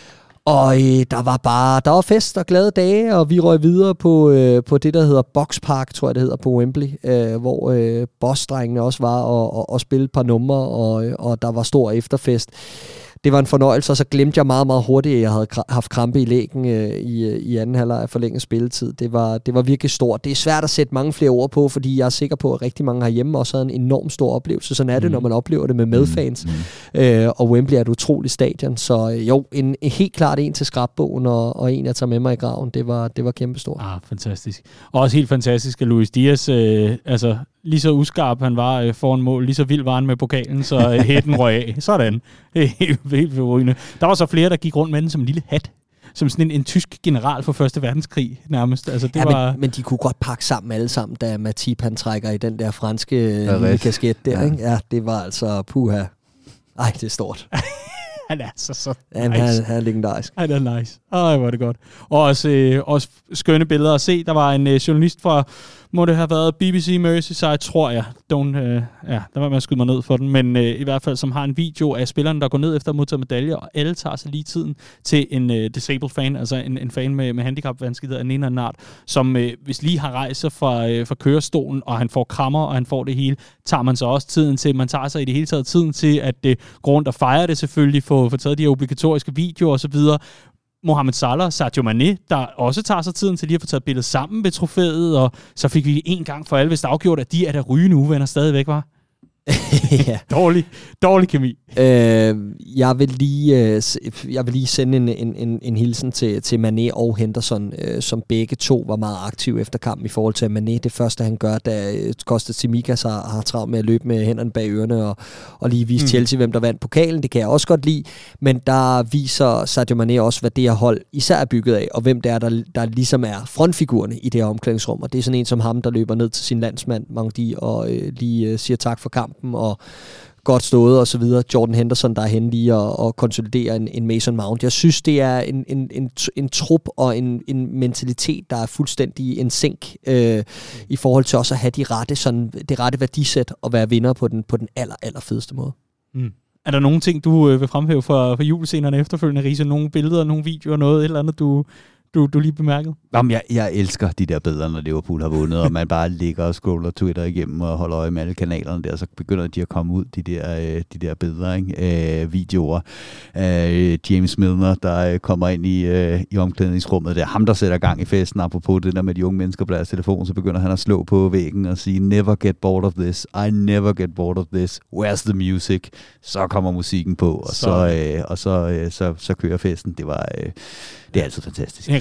Og øh, der var bare, der var fest og glade dage, og vi røg videre på, øh, på det, der hedder Box Park, tror jeg det hedder, på Wembley, øh, hvor øh, bossdrengene også var og, og, og spillede et par numre, og, og der var stor efterfest. Det var en fornøjelse, og så glemte jeg meget, meget hurtigt, at jeg havde haft krampe i lægen øh, i, i anden halvleg af forlænget spilletid. Det var, det var virkelig stort. Det er svært at sætte mange flere ord på, fordi jeg er sikker på, at rigtig mange herhjemme også havde en enorm stor oplevelse. Sådan er det, mm. når man oplever det med medfans. Mm. Øh, og Wembley er et utroligt stadion, så øh, jo, en, en helt klart en til skrabbogen, og, og en, jeg tager med mig i graven. Det var, det var kæmpestort. Ah, fantastisk. Og også helt fantastisk, at Luis Diaz, øh, altså lige så uskarp han var øh, foran mål, lige så vild var han med pokalen, så øh, hætten røg af. Sådan. Helt forrygende. Der var så flere, der gik rundt med den som en lille hat. Som sådan en, en tysk general for første verdenskrig, nærmest. Altså, det ja, var... men, men de kunne godt pakke sammen alle sammen, da Matip han trækker i den der franske lille kasket der. Ja. Ikke? Ja, det var altså puha. Ej, det er stort. Han er så så nice. Han er, han er legendarisk. Han er nice. Ej, hvor er det godt. Og også, øh, også skønne billeder at se. Der var en øh, journalist fra, må det have været B B C Merseyside, tror jeg. Don't, øh, ja, der var man at skyde mig ned for den. Men øh, i hvert fald, som har en video af spilleren, der går ned efter at modtage medaljer, og alle tager sig lige tiden til en øh, disabled fan, altså en, en fan med, med handicapvanskeligheder af en eller anden art, som øh, hvis lige har rejst sig fra, øh, fra kørestolen, og han får krammer, og han får det hele, tager man så også tiden til, man tager sig i det hele taget tiden til, at øh, gå rundt og fejre det selvfølgelig, få, få taget de her obligatoriske videoer og så videre. Mohamed Salah, Sadio Mane, der også tager sig tiden til lige at få taget billedet sammen med trofæet, og så fik vi en gang for alle vist afgjort, at de er der rygende uvenner stadigvæk, var. ja. Dårlig, dårlig kemi. Øh, jeg, vil lige, øh, jeg vil lige sende en, en, en, en hilsen til, til Mané og Henderson, øh, som begge to var meget aktive efter kampen i forhold til Mané. Det første, han gør, da Kostas Tsimikas har, har travlt med at løbe med hænderne bag ørerne og, og lige vise mm. Chelsea, hvem der vandt pokalen. Det kan jeg også godt lide. Men der viser Sadio Mané også, hvad det her hold især er bygget af, og hvem det er, der, der ligesom er frontfigurerne i det her omklædningsrum. Og det er sådan en som ham, der løber ned til sin landsmand, Mangdi, og øh, lige øh, siger tak for kampen, og godt stået og så videre. Jordan Henderson, der er henne lige og, og konsoliderer en, en Mason Mount. Jeg synes, det er en, en, en, en trup og en, en mentalitet, der er fuldstændig en sink øh, i forhold til også at have de rette, sådan, det rette værdisæt og være vinder på den, på den aller, aller fedeste måde. Mm. Er der nogle ting, du øh, vil fremhæve fra, fra julescenerne efterfølgende, Riese? Nogle billeder, nogle videoer, noget eller andet, du... Du, du lige bemærket? Jamen, jeg, jeg elsker de der billeder, når Liverpool har vundet, og man bare ligger og scroller Twitter igennem og holder øje med alle kanalerne der, så begynder de at komme ud, de der, øh, de der billeder, ikke? Øh, videoer. Øh, James Milner, der øh, kommer ind i, øh, i omklædningsrummet, det er ham, der sætter gang i festen, apropos det der med de unge mennesker på deres telefon, så begynder han at slå på væggen og sige, never get bored of this, I never get bored of this, where's the music? Så kommer musikken på, og så, så, øh, og så, øh, så, så kører festen. Det var... Øh, det er altid fantastisk. En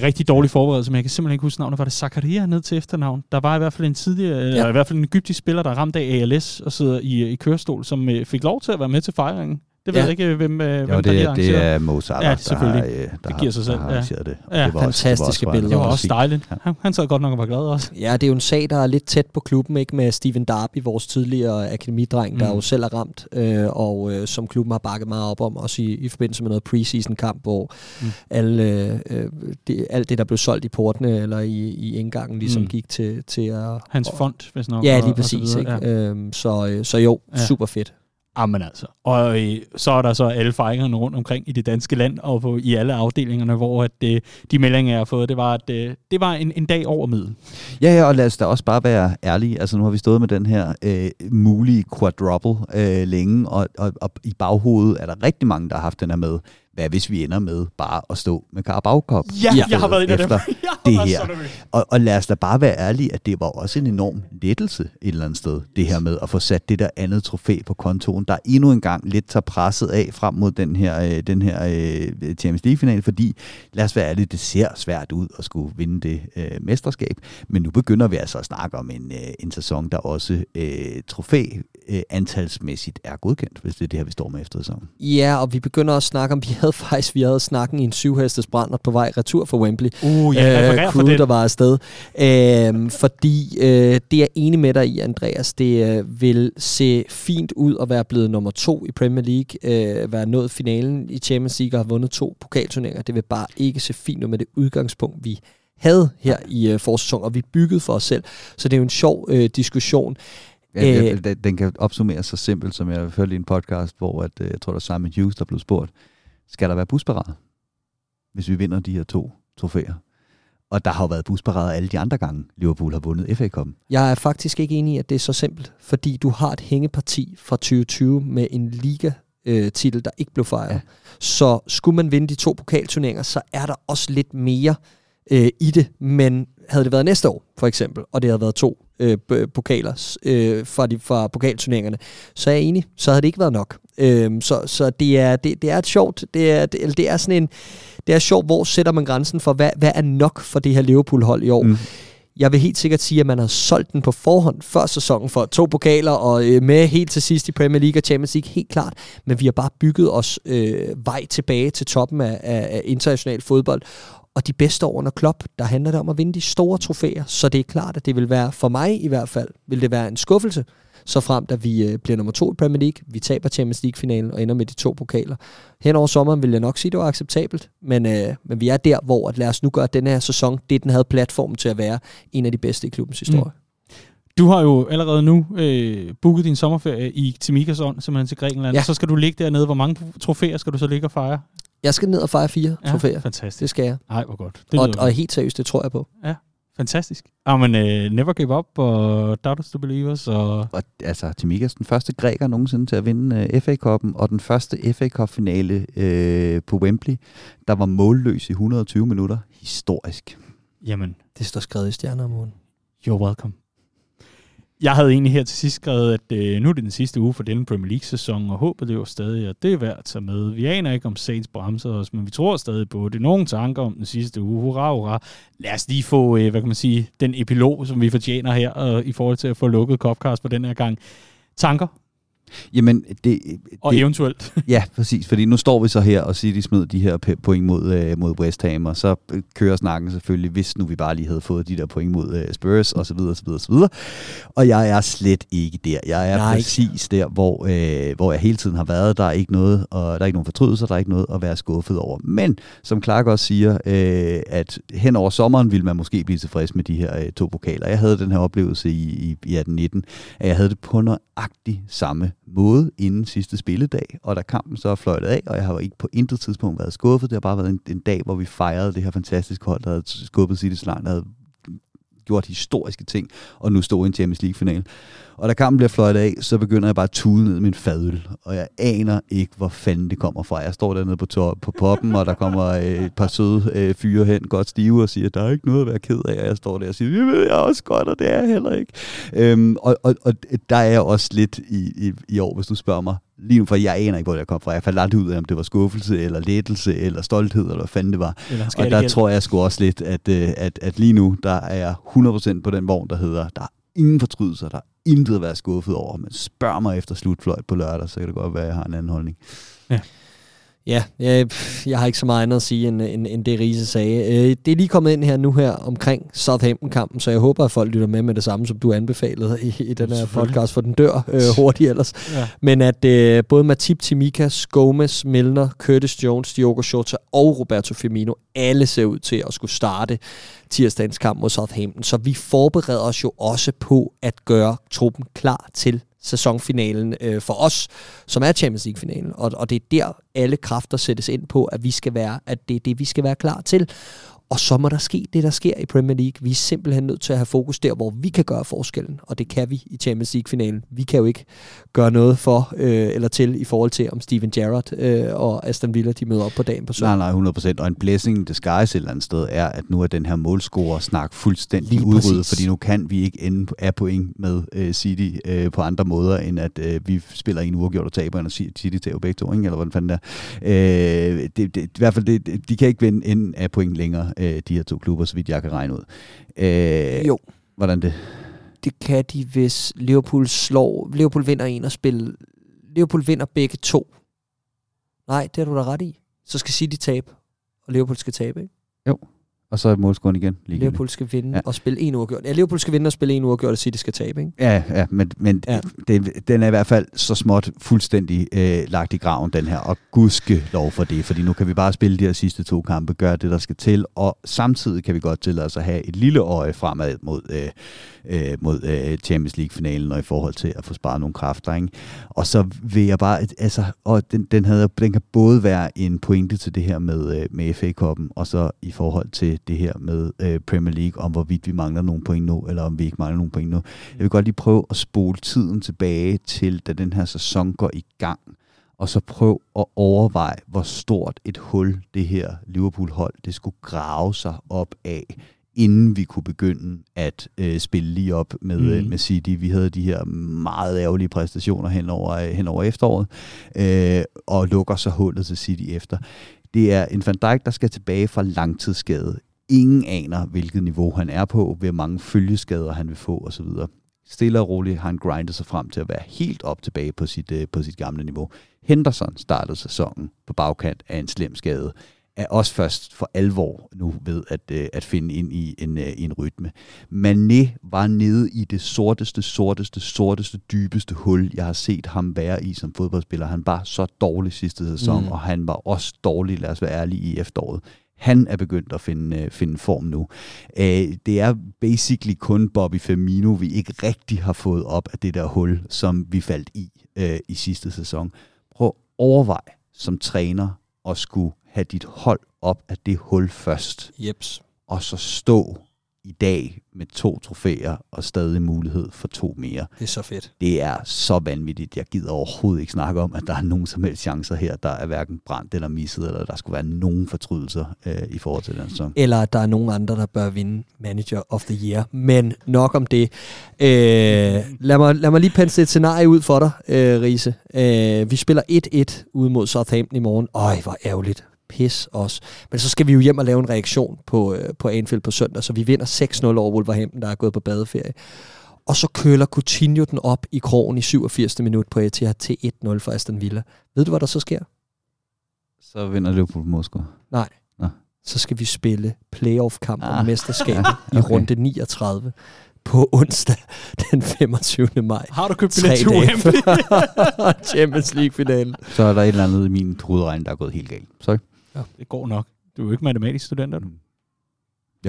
rigtig dårlig forberedelse, men jeg kan simpelthen ikke huske navnet. Var det Zakaria ned til efternavn? Der var i hvert fald en tidligere, ja. eller i hvert fald en egyptisk spiller, der ramte af A L S og sidder i, i kørestol, som øh, fik lov til at være med til fejringen. Det ved ja. jeg ikke, hvem, øh, jo, hvem det, der lige det er Mo Salah, ja, der har, øh, der det giver sig selv. har, der har ja. det. Ja. det var Fantastiske også, det var billeder. Det var også dejligt. Ja. Han, han sad godt nok og var glad også. Ja, det er jo en sag, der er lidt tæt på klubben, ikke, med Steven Darby, vores tidligere akademidreng, mm. der jo selv er ramt, øh, og øh, som klubben har bakket meget op om, også i, i forbindelse med noget preseason-kamp, hvor mm. alle, øh, det, alt det, der blev solgt i portene, eller i, i indgangen, ligesom mm. gik til, til at... Hans fond, hvis nok. Ja, og, lige præcis. så, ikke? ja. Øhm, så, så jo, ja. super fedt. Jamen altså. Og øh, så er der så alle fejringerne rundt omkring i det danske land, og på, i alle afdelingerne, hvor at, øh, de meldinger, jeg har fået, det var, at øh, det var en, en dag over middel. Ja, ja, og lad os da også bare være ærlige. Altså, nu har vi stået med den her øh, mulige quadruple øh, længe, og, og, og i baghovedet er der rigtig mange, der har haft den her med. Hvad hvis vi ender med bare at stå med Carabao Cup? Ja, ja, jeg har været en af dem. Det her. Og, og lad os da bare være ærlige, at det var også en enorm lettelse et eller andet sted, det her med at få sat det der andet trofæ på kontoen, der endnu en gang lidt tager presset af frem mod den her, øh, den her øh, Champions League-finale, fordi lad os være ærlige, det ser svært ud at skulle vinde det øh, mesterskab, men nu begynder vi altså at snakke om en, øh, en sæson, der også øh, trofæ øh, antalsmæssigt er godkendt, hvis det er det her, vi står med efter sæsonen. Ja, og vi begynder at snakke om, vi havde faktisk vi havde snakken i en syvhestes brænder på vej retur fra Wembley. Uh, jeg refererer for det. Der var afsted. Øhm, fordi øh, det er enig med dig i, Andreas. Det øh, vil se fint ud at være blevet nummer to i Premier League, øh, være nået finalen i Champions League og have vundet to pokalturneringer. Det vil bare ikke se fint ud med det udgangspunkt, vi havde her i øh, forsæsonen, og vi byggede for os selv. Så det er jo en sjov øh, diskussion. Ja, den, den kan opsummeres så simpelt, som jeg hørte i en podcast, hvor at, jeg tror, der er Simon Hughes, der blev spurgt, skal der være busparade, hvis vi vinder de her to trofæer? Og der har jo været busparade alle de andre gange, Liverpool har vundet F A Cup'en. Jeg er faktisk ikke enig i, at det er så simpelt, fordi du har et hængeparti fra tyve tyve med en liga-titel, der ikke blev fejret. Ja. Så skulle man vinde de to pokalturneringer, så er der også lidt mere øh, i det, men havde det været næste år, for eksempel, og det havde været to øh, pokaler øh, fra, de, fra pokalturneringerne, så er jeg enig, så havde det ikke været nok. Øh, så så det, er, det, det er et sjovt, det er, det, det er sådan en, det er sjovt, hvor sætter man grænsen for, hvad, hvad er nok for det her Liverpool-hold i år? Mm. Jeg vil helt sikkert sige, at man har solgt den på forhånd før sæsonen for to pokaler, og øh, med helt til sidst i Premier League og Champions League, helt klart. Men vi har bare bygget os øh, vej tilbage til toppen af, af, af international fodbold. Og de bedste år under Klopp, der handler det om at vinde de store trofæer. Så det er klart, at det vil være, for mig i hvert fald, vil det være en skuffelse, så frem da vi øh, bliver nummer to i Premier League, vi taber Champions League-finalen og ender med de to pokaler. Hen over sommeren vil jeg nok sige, at det var acceptabelt, men, øh, men vi er der, hvor at lad os nu gøre den her sæson, det den havde platformen til at være en af de bedste i klubbens historie. Mm. Du har jo allerede nu øh, booket din sommerferie i Tsimikas ånd, simpelthen til Grækenland. Ja. Så skal du ligge dernede. Hvor mange trofæer skal du så ligge og fejre? Jeg skal ned og fejre fire ja, trofæer. Fantastisk. Det skal jeg. Nej, hvor godt. Det og, og helt seriøst, det tror jeg på. Ja, fantastisk. Ja, men uh, never give up, og doubters to believers. Og, og altså, Tsimikas den første græker nogensinde til at vinde uh, F A Cup'en, og den første F A Cup-finale uh, på Wembley, der var målløs i et hundrede og tyve minutter. Historisk. Jamen. Det står skrevet i stjerner om ugen. You're welcome. Jeg havde egentlig her til sidst skrevet, at øh, nu er det den sidste uge for denne Premier League-sæson, og håbet lever stadig, og det er værd at tage med. Vi aner ikke, om Saints bremser os, men vi tror stadig på det. Nogle tanker om den sidste uge. Hurra, hurra. Lad os lige få, øh, hvad kan man sige, den epilog, som vi fortjener her, øh, i forhold til at få lukket Cupcast på den her gang. Tanker? Jamen, det, og det, eventuelt. Ja, præcis, fordi nu står vi så her, og City smed de her point mod, øh, mod West Ham, og så kører snakken selvfølgelig, hvis nu vi bare lige havde fået de der point mod øh, Spurs, og så videre, og så videre, og så videre. Og jeg er slet ikke der. Jeg er Nej. præcis der, hvor, øh, hvor jeg hele tiden har været. Der er ikke noget, og der er ikke nogen fortrydelser, der er ikke noget at være skuffet over. Men, som Clark også siger, øh, at hen over sommeren ville man måske blive tilfreds med de her øh, to pokaler. Jeg havde den her oplevelse i, i, i atten nitten, at jeg havde det på nøjagtig samme måde inden sidste spilledag, og da kampen så er fløjtet af, og jeg har ikke på intet tidspunkt været skuffet. Det har bare været en, en dag, hvor vi fejrede det her fantastiske hold, der havde skubbet City så langt, der havde gjort historiske ting, og nu stod i en Champions League-final. Og da kampen bliver fløjtet af, så begynder jeg bare at tude ned min fadøl, og jeg aner ikke, hvor fanden det kommer fra. Jeg står dernede på, to- på poppen, og der kommer øh, et par søde øh, fyre hen, godt stive, og siger, der er ikke noget at være ked af, og jeg står der og siger, det ved jeg også godt, og det er jeg heller ikke. Øhm, og, og, og der er jeg også lidt i, i, i år, hvis du spørger mig, lige nu, for jeg aner ikke, hvor det kom fra. Jeg faldt aldrig ud af, om det var skuffelse, eller lettelse, eller stolthed, eller hvad fanden det var. Og der tror jeg sgu også lidt, at, at, at lige nu, der er jeg hundrede procent på den vogn, der hedder, der er ingen fortrydelser, der er intet at være skuffet over. Men spørg mig efter slutfløjt på lørdag, så kan det godt være, at jeg har en anden holdning. Ja. Ja, jeg, jeg har ikke så meget andet at sige, end, end, end det Riese sagde. Det er lige kommet ind her nu her omkring Southampton-kampen, så jeg håber, at folk lytter med med det samme, som du anbefalede i, i den her podcast, for den dør øh, hurtigt ellers. Ja. Men at øh, både Matip, Tsimikas, Gomez, Milner, Curtis Jones, Diogo Jota og Roberto Firmino, alle ser ud til at skulle starte tirsdagens kamp mod Southampton. Så vi forbereder os jo også på at gøre truppen klar til sæsonfinalen øh, for os, som er Champions League-finalen. Og, og det er der, alle kræfter sættes ind på, at vi skal være, at det er det, vi skal være klar til. Og så må der ske det, der sker i Premier League. Vi er simpelthen nødt til at have fokus der, hvor vi kan gøre forskellen, og det kan vi i Champions League-finalen. Vi kan jo ikke gøre noget for øh, eller til i forhold til, om Steven Gerrard øh, og Aston Villa, de møder op på dagen på søndag. Nej, nej, hundrede procent. Og en blessing in disguise et eller andet sted er, at nu er den her målscorer-snak fuldstændig udryddet, fordi nu kan vi ikke ende af point med øh, City øh, på andre måder, end at øh, vi spiller en uafgjort og taber, og City tager jo begge to, ikke? Eller hvordan fanden der. Øh, det, det, I hvert fald, det, de kan ikke vinde enden af point længere, de her to klubber, så vidt jeg kan regne ud. Øh, jo. Hvordan det? Det kan de, hvis Liverpool slår... Liverpool vinder en og spiller... Liverpool vinder begge to. Nej, det har du da ret i. Så skal City tabe, og Liverpool skal tabe, ikke? Jo. Og så er målscoren igen. Liverpool skal vinde ja. og spille en uafgjort. Ja, Liverpool skal vinde og spille en uafgjort, og City skal tabe, ikke? Ja, ja men, men ja. Det, den er i hvert fald så småt fuldstændig øh, lagt i graven, den her. Og gudske lov for det, fordi nu kan vi bare spille de her sidste to kampe, gøre det, der skal til, og samtidig kan vi godt tillade os at have et lille øje fremad mod, øh, øh, mod øh, Champions League-finalen, og i forhold til at få sparet nogle kræfter, ikke? Og så vil jeg bare, altså, og den, den, havde, den kan både være en pointe til det her med, øh, med F A-koppen, og så i forhold til det her med øh, Premier League, om hvorvidt vi mangler nogle point nu, eller om vi ikke mangler nogle point nu. Jeg vil godt lige prøve at spole tiden tilbage til, da den her sæson går i gang, og så prøv at overveje, hvor stort et hul det her Liverpool-hold, det skulle grave sig op af, inden vi kunne begynde at øh, spille lige op med, mm. øh, med City. Vi havde de her meget ærgerlige præstationer hen over, øh, hen over efteråret, øh, og lukker så hullet til City efter. Det er en Van Dijk, der skal tilbage fra langtidsskade. Ingen aner, hvilket niveau han er på, hvor mange følgeskader han vil få osv. Stille og roligt har han grindet sig frem til at være helt op tilbage på sit, øh, på sit gamle niveau. Henderson startede sæsonen på bagkant af en slem skade, er også først for alvor nu ved at, øh, at finde ind i en, øh, en rytme. Mané var nede i det sorteste, sorteste, sorteste, dybeste hul, jeg har set ham være i som fodboldspiller. Han var så dårlig sidste sæson, mm. og han var også dårlig, lad os være ærlige, i efteråret. Han er begyndt at finde, finde form nu. Det er basically kun Bobby Firmino, vi ikke rigtig har fået op af det der hul, som vi faldt i i sidste sæson. Prøv at overveje som træner at skulle have dit hold op af det hul først. Jeps. Og så stå i dag med to trofæer og stadig mulighed for to mere. Det er så fedt. Det er så vanvittigt. Jeg gider overhovedet ikke snakke om, at der er nogen som helst chancer her, der er hverken brændt eller misset, eller der skulle være nogen fortrydelser øh, i forhold til den sæson. Eller at der er nogen andre, der bør vinde Manager of the Year. Men nok om det. Øh, lad, mig, lad mig lige pensle et scenarie ud for dig, øh, Riese. Øh, vi spiller et et ude mod Southampton i morgen. Øj, hvor ærgerligt. Pis os. Men så skal vi jo hjem og lave en reaktion på, øh, på Anfield på søndag, så vi vinder seks nul over Wolverhampton, der er gået på badeferie. Og så køler Coutinho den op i krogen i syvogfirsindstyvende minut på Etihad til et nul for Aston Villa. Ved du, hvad der så sker? Så vinder Liverpool Moskva. Nej. Nå. Så skal vi spille playoff-kamp om ah. mesterskabet okay. i runde niogtredive på onsdag den femogtyvende maj. Har du købt billet til Wembley? Champions League-finalen. Så er der et eller andet i min hovedregn, der er gået helt galt. Sorry. Ja, det går nok. Du er jo ikke matematisk student, er du? Jo.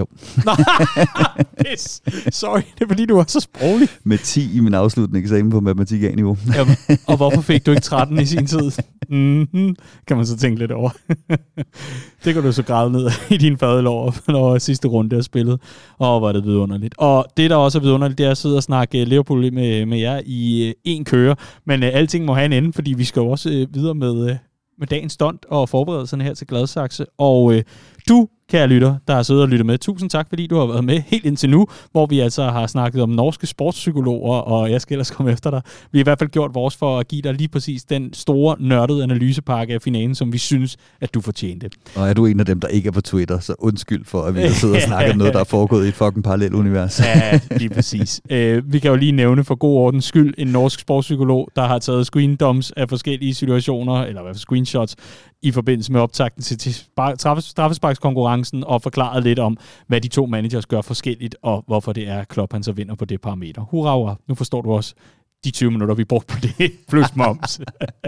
Yes. Sorry, det er fordi, du er så sproglig. Med ti i min afsluttende eksamen på matematik A-niveau. Jamen, og hvorfor fik du ikke tretten i sin tid? Mm-hmm. Kan man så tænke lidt over. Det kan du så græde ned i din fadelår, når sidste runde er spillet. Åh, hvor er det vidunderligt. Og det, der også er vidunderligt, det er at sidde og snakke Liverpool med, med jer i en køre. Men uh, alting må have en ende, fordi vi skal jo også uh, videre med... Uh, med dagens stunt og forberedelserne her til Gladsaxe. Og øh, Du, kære lytter, der har siddet og lyttet med, tusind tak, fordi du har været med helt indtil nu, hvor vi altså har snakket om norske sportspsykologer, og jeg skal ellers komme efter dig. Vi har i hvert fald gjort vores for at give dig lige præcis den store, nørdede analysepakke af finalen, som vi synes, at du fortjente. Og er du en af dem, der ikke er på Twitter, så undskyld for, at vi har siddet og snakket om noget, der er foregået i et fucking parallelt univers. Ja, lige præcis. Uh, vi kan jo lige nævne for god ordens skyld en norsk sportspsykolog, der har taget screendoms af forskellige situationer, eller i hvert fald screenshots, i forbindelse med optakten til straffesparkskonkurrencen og forklaret lidt om, hvad de to managers gør forskelligt, og hvorfor det er, Klopp han så vinder på det parameter. Hurra, hurra. Nu forstår du også de tyve minutter, vi brugte på det, plus moms.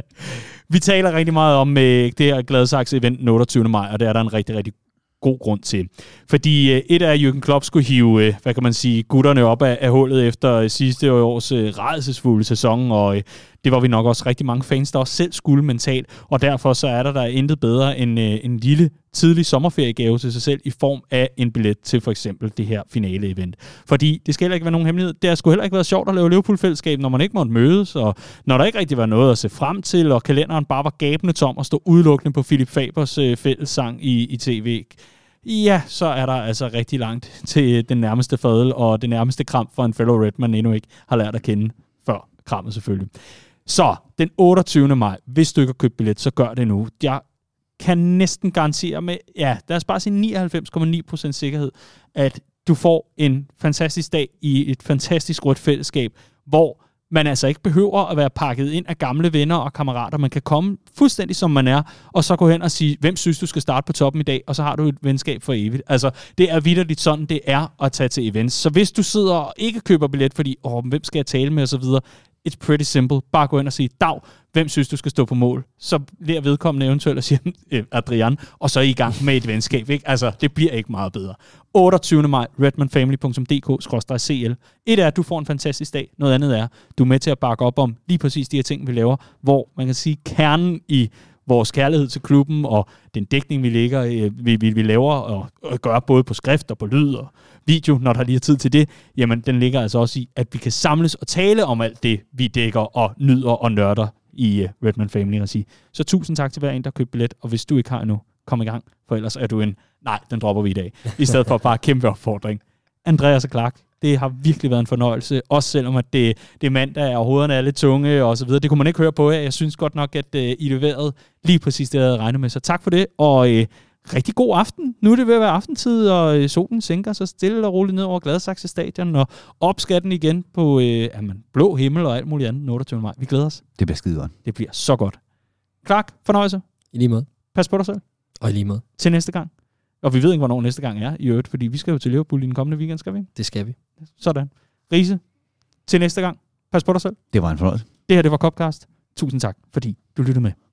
Vi taler rigtig meget om det her Gladsaxe-event den otteogtyvende maj, og det er der en rigtig, rigtig god grund til. Fordi et af Jürgen Klopp skulle hive, hvad kan man sige, gutterne op af, af hullet efter sidste års uh, rædselsfulde sæson, og uh, det var vi nok også rigtig mange fans, der også selv skulle mentalt, og derfor så er der der intet bedre end uh, en lille tidlig sommerferiegave til sig selv i form af en billet til for eksempel det her finale-event. Fordi det skal heller ikke være nogen hemmelighed. Det har sgu heller ikke været sjovt at lave Liverpool-fællesskab, når man ikke måtte mødes, og når der ikke rigtig var noget at se frem til, og kalenderen bare var gabende tom og stå udelukkende på Philip Fabers uh, fællessang i, i tv. Ja, så er der altså rigtig langt til den nærmeste fadel, og det nærmeste kram for en fellow Red, man endnu ikke har lært at kende før krammet selvfølgelig. Så, den otteogtyvende maj, hvis du ikke har købt billet, så gør det nu. Jeg kan næsten garantere med, ja, lad os bare sige nioghalvfems komma ni procent sikkerhed, at du får en fantastisk dag i et fantastisk rødt fællesskab, hvor man altså ikke behøver at være pakket ind af gamle venner og kammerater. Man kan komme fuldstændig som man er, og så gå hen og sige, hvem synes du skal starte på toppen i dag, og så har du et venskab for evigt. Altså, det er vitterligt sådan, det er at tage til events. Så hvis du sidder og ikke køber billet, fordi, åh, hvem skal jeg tale med, og så videre, it's pretty simple. Bare gå ind og sige, Dag, hvem synes du skal stå på mål? Så lærer vedkommende eventuelt at sige, Adrian, og så er I gang med et venskab. Ikke? Altså, det bliver ikke meget bedre. otteogtyvende maj, redmanfamily punktum d k skråstreg c l. Et er, at du får en fantastisk dag. Noget andet er, du er med til at bakke op om lige præcis de her ting, vi laver, hvor man kan sige, kernen i vores kærlighed til klubben og den dækning, vi, lægger, vi, vi, vi laver og, og gør både på skrift og på lyd og video, når der lige er tid til det, jamen den ligger altså også i, at vi kan samles og tale om alt det, vi dækker og nyder og nørder i uh, Redman Family regi. Så tusind tak til hver en, der har købt billet, og hvis du ikke har endnu, kom i gang, for ellers er du en, nej, den dropper vi i dag, i stedet for bare kæmpe opfordring. Andreas og Clark, det har virkelig været en fornøjelse, også selvom at det, det er mandag, og hovederne er lidt tunge og så videre. Det kunne man ikke høre på jer. Jeg synes godt nok, at uh, I leverede lige præcis det, jeg havde regnet med. Så tak for det, og uh, rigtig god aften. Nu er det ved at være aftentid, og uh, solen sænker sig stille og roligt ned over Gladsaxe Stadion, og opskatten igen på uh, jamen, blå himmel og alt muligt andet den otteogtyvende maj. Vi glæder os. Det bliver skide godt. Det bliver så godt. Clark, fornøjelse. I lige måde. Pas på dig selv. Og i lige måde. Til næste gang. Og vi ved ikke, hvornår næste gang er i øvrigt, fordi vi skal jo til Liverpool i den kommende weekend, skal vi ikke? Det skal vi. Sådan. Riese, til næste gang. Pas på dig selv. Det var en fornøjelse. Det her, det var Copcast. Tusind tak, fordi du lyttede med.